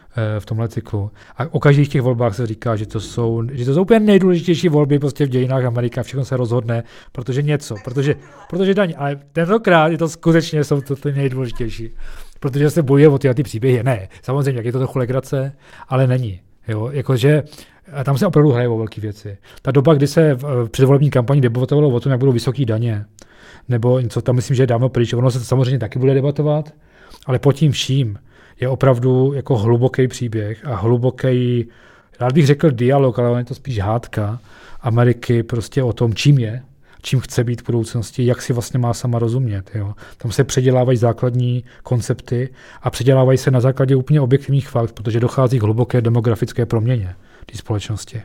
[SPEAKER 9] v tomhle cyklu. A o každých těch volbách se říká, že to jsou, že to jsou úplně nejdůležitější volby prostě v dějinách Ameriky a všechno se rozhodne, protože něco, protože, protože daň, ale tentokrát je to skutečně jsou to ty nejdůležitější, protože se bojuje o tyhle ty příběhy. Ne, samozřejmě, jak je to trochu legrace, ale není. Jo, jakože a tam se opravdu hraje o velké věci. Ta doba, kdy se v předvolební kampani debatovalo o tom, jak budou vysoké daně, nebo něco tam myslím, že je dávno pryč, ono se samozřejmě taky bude debatovat, ale pod tím vším je opravdu jako hluboký příběh a hluboký, rád bych řekl dialog, ale je to spíš hádka Ameriky prostě o tom, čím je, čím chce být v budoucnosti, jak si vlastně má sama rozumět. Jo. Tam se předělávají základní koncepty a předělávají se na základě úplně objektivních fakt, protože dochází k hluboké demografické proměně té společnosti.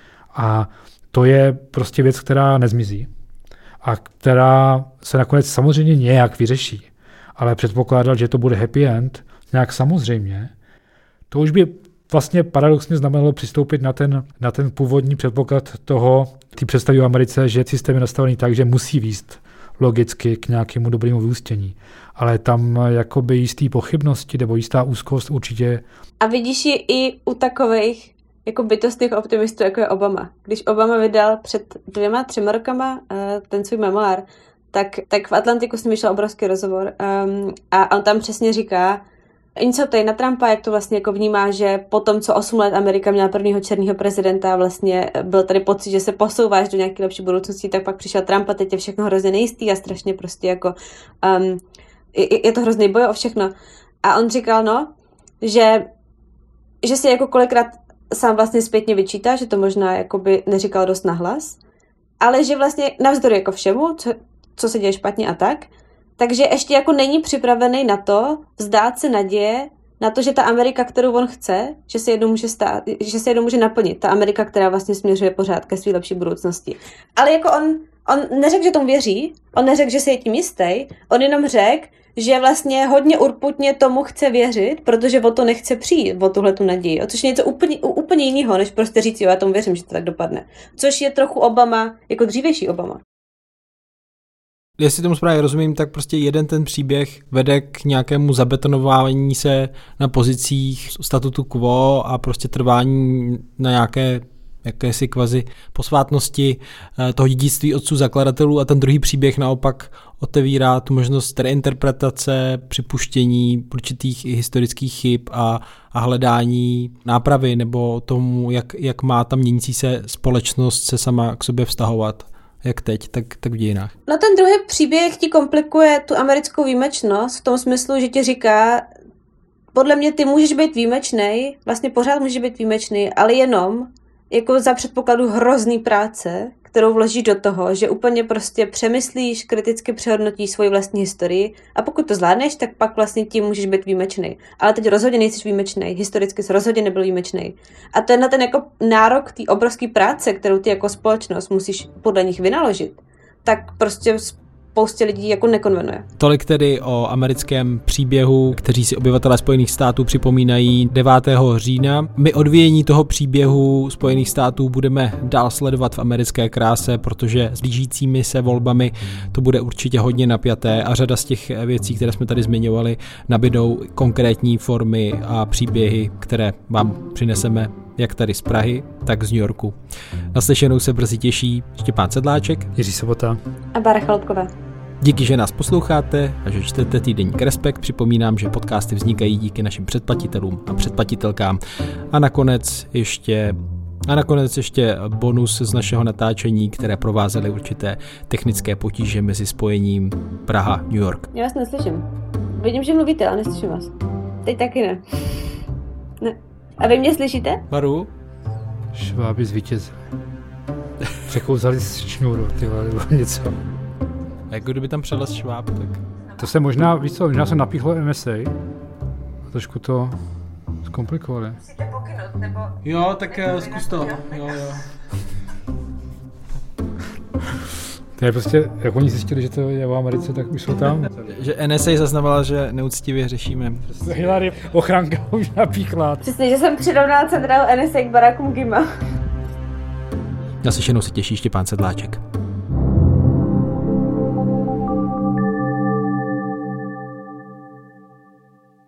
[SPEAKER 9] A to je prostě věc, která nezmizí a která se nakonec samozřejmě nějak vyřeší. Ale předpokládat, že to bude happy end, nějak samozřejmě, to už by vlastně paradoxně znamenalo přistoupit na ten, na ten původní předpoklad toho, ty představy o Americe, že systém je nastavený tak, že musí vést logicky k nějakému dobrému vyústění. Ale tam jakoby jistý pochybnosti nebo jistá úzkost určitě.
[SPEAKER 7] A vidíš ji i u takových jako bytostných optimistů, jako je Obama. Když Obama vydal před dvěma, třema rokama uh, ten svůj memoár, tak, tak v Atlantiku s ním vyšel obrovský rozhovor um, a on tam přesně říká, něco tady na Trumpa, jak to vlastně jako vnímá, že po tom, co osm let Amerika měla prvního černého prezidenta, vlastně byl tady pocit, že se posouváš do nějaké lepší budoucnosti, tak pak přišel Trump a teď je všechno hrozně nejistý a strašně prostě jako um, je, je to hrozný boj o všechno. A on říkal, no, že, že si jako kolikrát sám vlastně zpětně vyčítá, že to možná jakoby neříkal dost nahlas, ale že vlastně navzdory jako všemu, co, co se děje špatně a tak, takže ještě jako není připravený na to vzdát se naděje na to, že ta Amerika, kterou on chce, že se jednou může stát, že se jednou může naplnit. Ta Amerika, která vlastně směřuje pořád ke své lepší budoucnosti. Ale jako on, on neřekl, že tomu věří, on neřekl, že se je tím jistý, on jenom řekl, že vlastně hodně urputně tomu chce věřit, protože o to nechce přijít, o tuhletu naději. Což je něco úplně, úplně jiného, než prostě říct, jo, já tomu věřím, že to tak dopadne. Což je trochu Obama, jako dřívější Obama.
[SPEAKER 1] Jestli tomu správně rozumím, tak prostě jeden ten příběh vede k nějakému zabetonování se na pozicích statutu quo a prostě trvání na nějaké jakési kvazi posvátnosti toho dědictví otců zakladatelů a ten druhý příběh naopak otevírá tu možnost reinterpretace, připuštění určitých i historických chyb a, a hledání nápravy nebo tomu, jak, jak má ta měnící se společnost se sama k sobě vztahovat. Jak teď, tak, tak v dějinách.
[SPEAKER 7] No ten druhý příběh ti komplikuje tu americkou výjimečnost v tom smyslu, že ti říká, podle mě ty můžeš být výjimečnej, vlastně pořád můžeš být výjimečnej, ale jenom jako za předpokladu hrozný práce, kterou vložíš do toho, že úplně prostě přemyslíš, kriticky přehodnotíš svoji vlastní historii a pokud to zvládneš, tak pak vlastně tím můžeš být výjimečnej. Ale teď rozhodně nejsi výjimečnej, historicky jsi rozhodně nebyl výjimečnej. A to je na ten jako nárok té obrovské práce, kterou ty jako společnost musíš podle nich vynaložit, tak prostě spoustě lidí jako nekonvenuje.
[SPEAKER 1] Tolik tedy o americkém příběhu, kteří si obyvatelé Spojených států připomínají devátého října. My odvíjení toho příběhu Spojených států budeme dál sledovat v americké kráse, protože s blížícími se volbami to bude určitě hodně napjaté a řada z těch věcí, které jsme tady zmiňovali, nabídou konkrétní formy a příběhy, které vám přineseme jak tady z Prahy, tak z New Yorku. Naslyšenou se brzy těší Štěpán Sedláček,
[SPEAKER 9] Jiří Sobota
[SPEAKER 7] a Bára Chalupková.
[SPEAKER 1] Díky, že nás posloucháte a že čtete týdeník Respekt. Připomínám, že podcasty vznikají díky našim předplatitelům a předplatitelkám. A nakonec ještě A nakonec ještě bonus z našeho natáčení, které provázely určité technické potíže mezi spojením Praha-New York.
[SPEAKER 7] Já vás neslyším. Vidím, že mluvíte, ale neslyším vás. Teď taky ne. Ne. A vy mě slyšíte?
[SPEAKER 1] Baru?
[SPEAKER 9] Šváby zvítězili. Překouzali z šňůru, ty vole, nebo něco.
[SPEAKER 1] A jako kdyby tam přelez Šváb, tak...
[SPEAKER 9] To se možná, víš co, možná se napíchlo N S A. A trošku to zkomplikovali.
[SPEAKER 7] Musíte pokynout, nebo...
[SPEAKER 1] Jo, tak zkus to. Jo, jo.
[SPEAKER 9] To je prostě, jak oni zjistili, že to je v Americe, tak už jsou tam.
[SPEAKER 1] Že N S A zaznamenala, že neúctivě řešíme.
[SPEAKER 9] Hillary, ochranka už napíchla.
[SPEAKER 7] Přesně, že jsem přirovnala centrálu N S A k barákům Gima.
[SPEAKER 1] Naslyšenou se těší Štěpán Sedláček.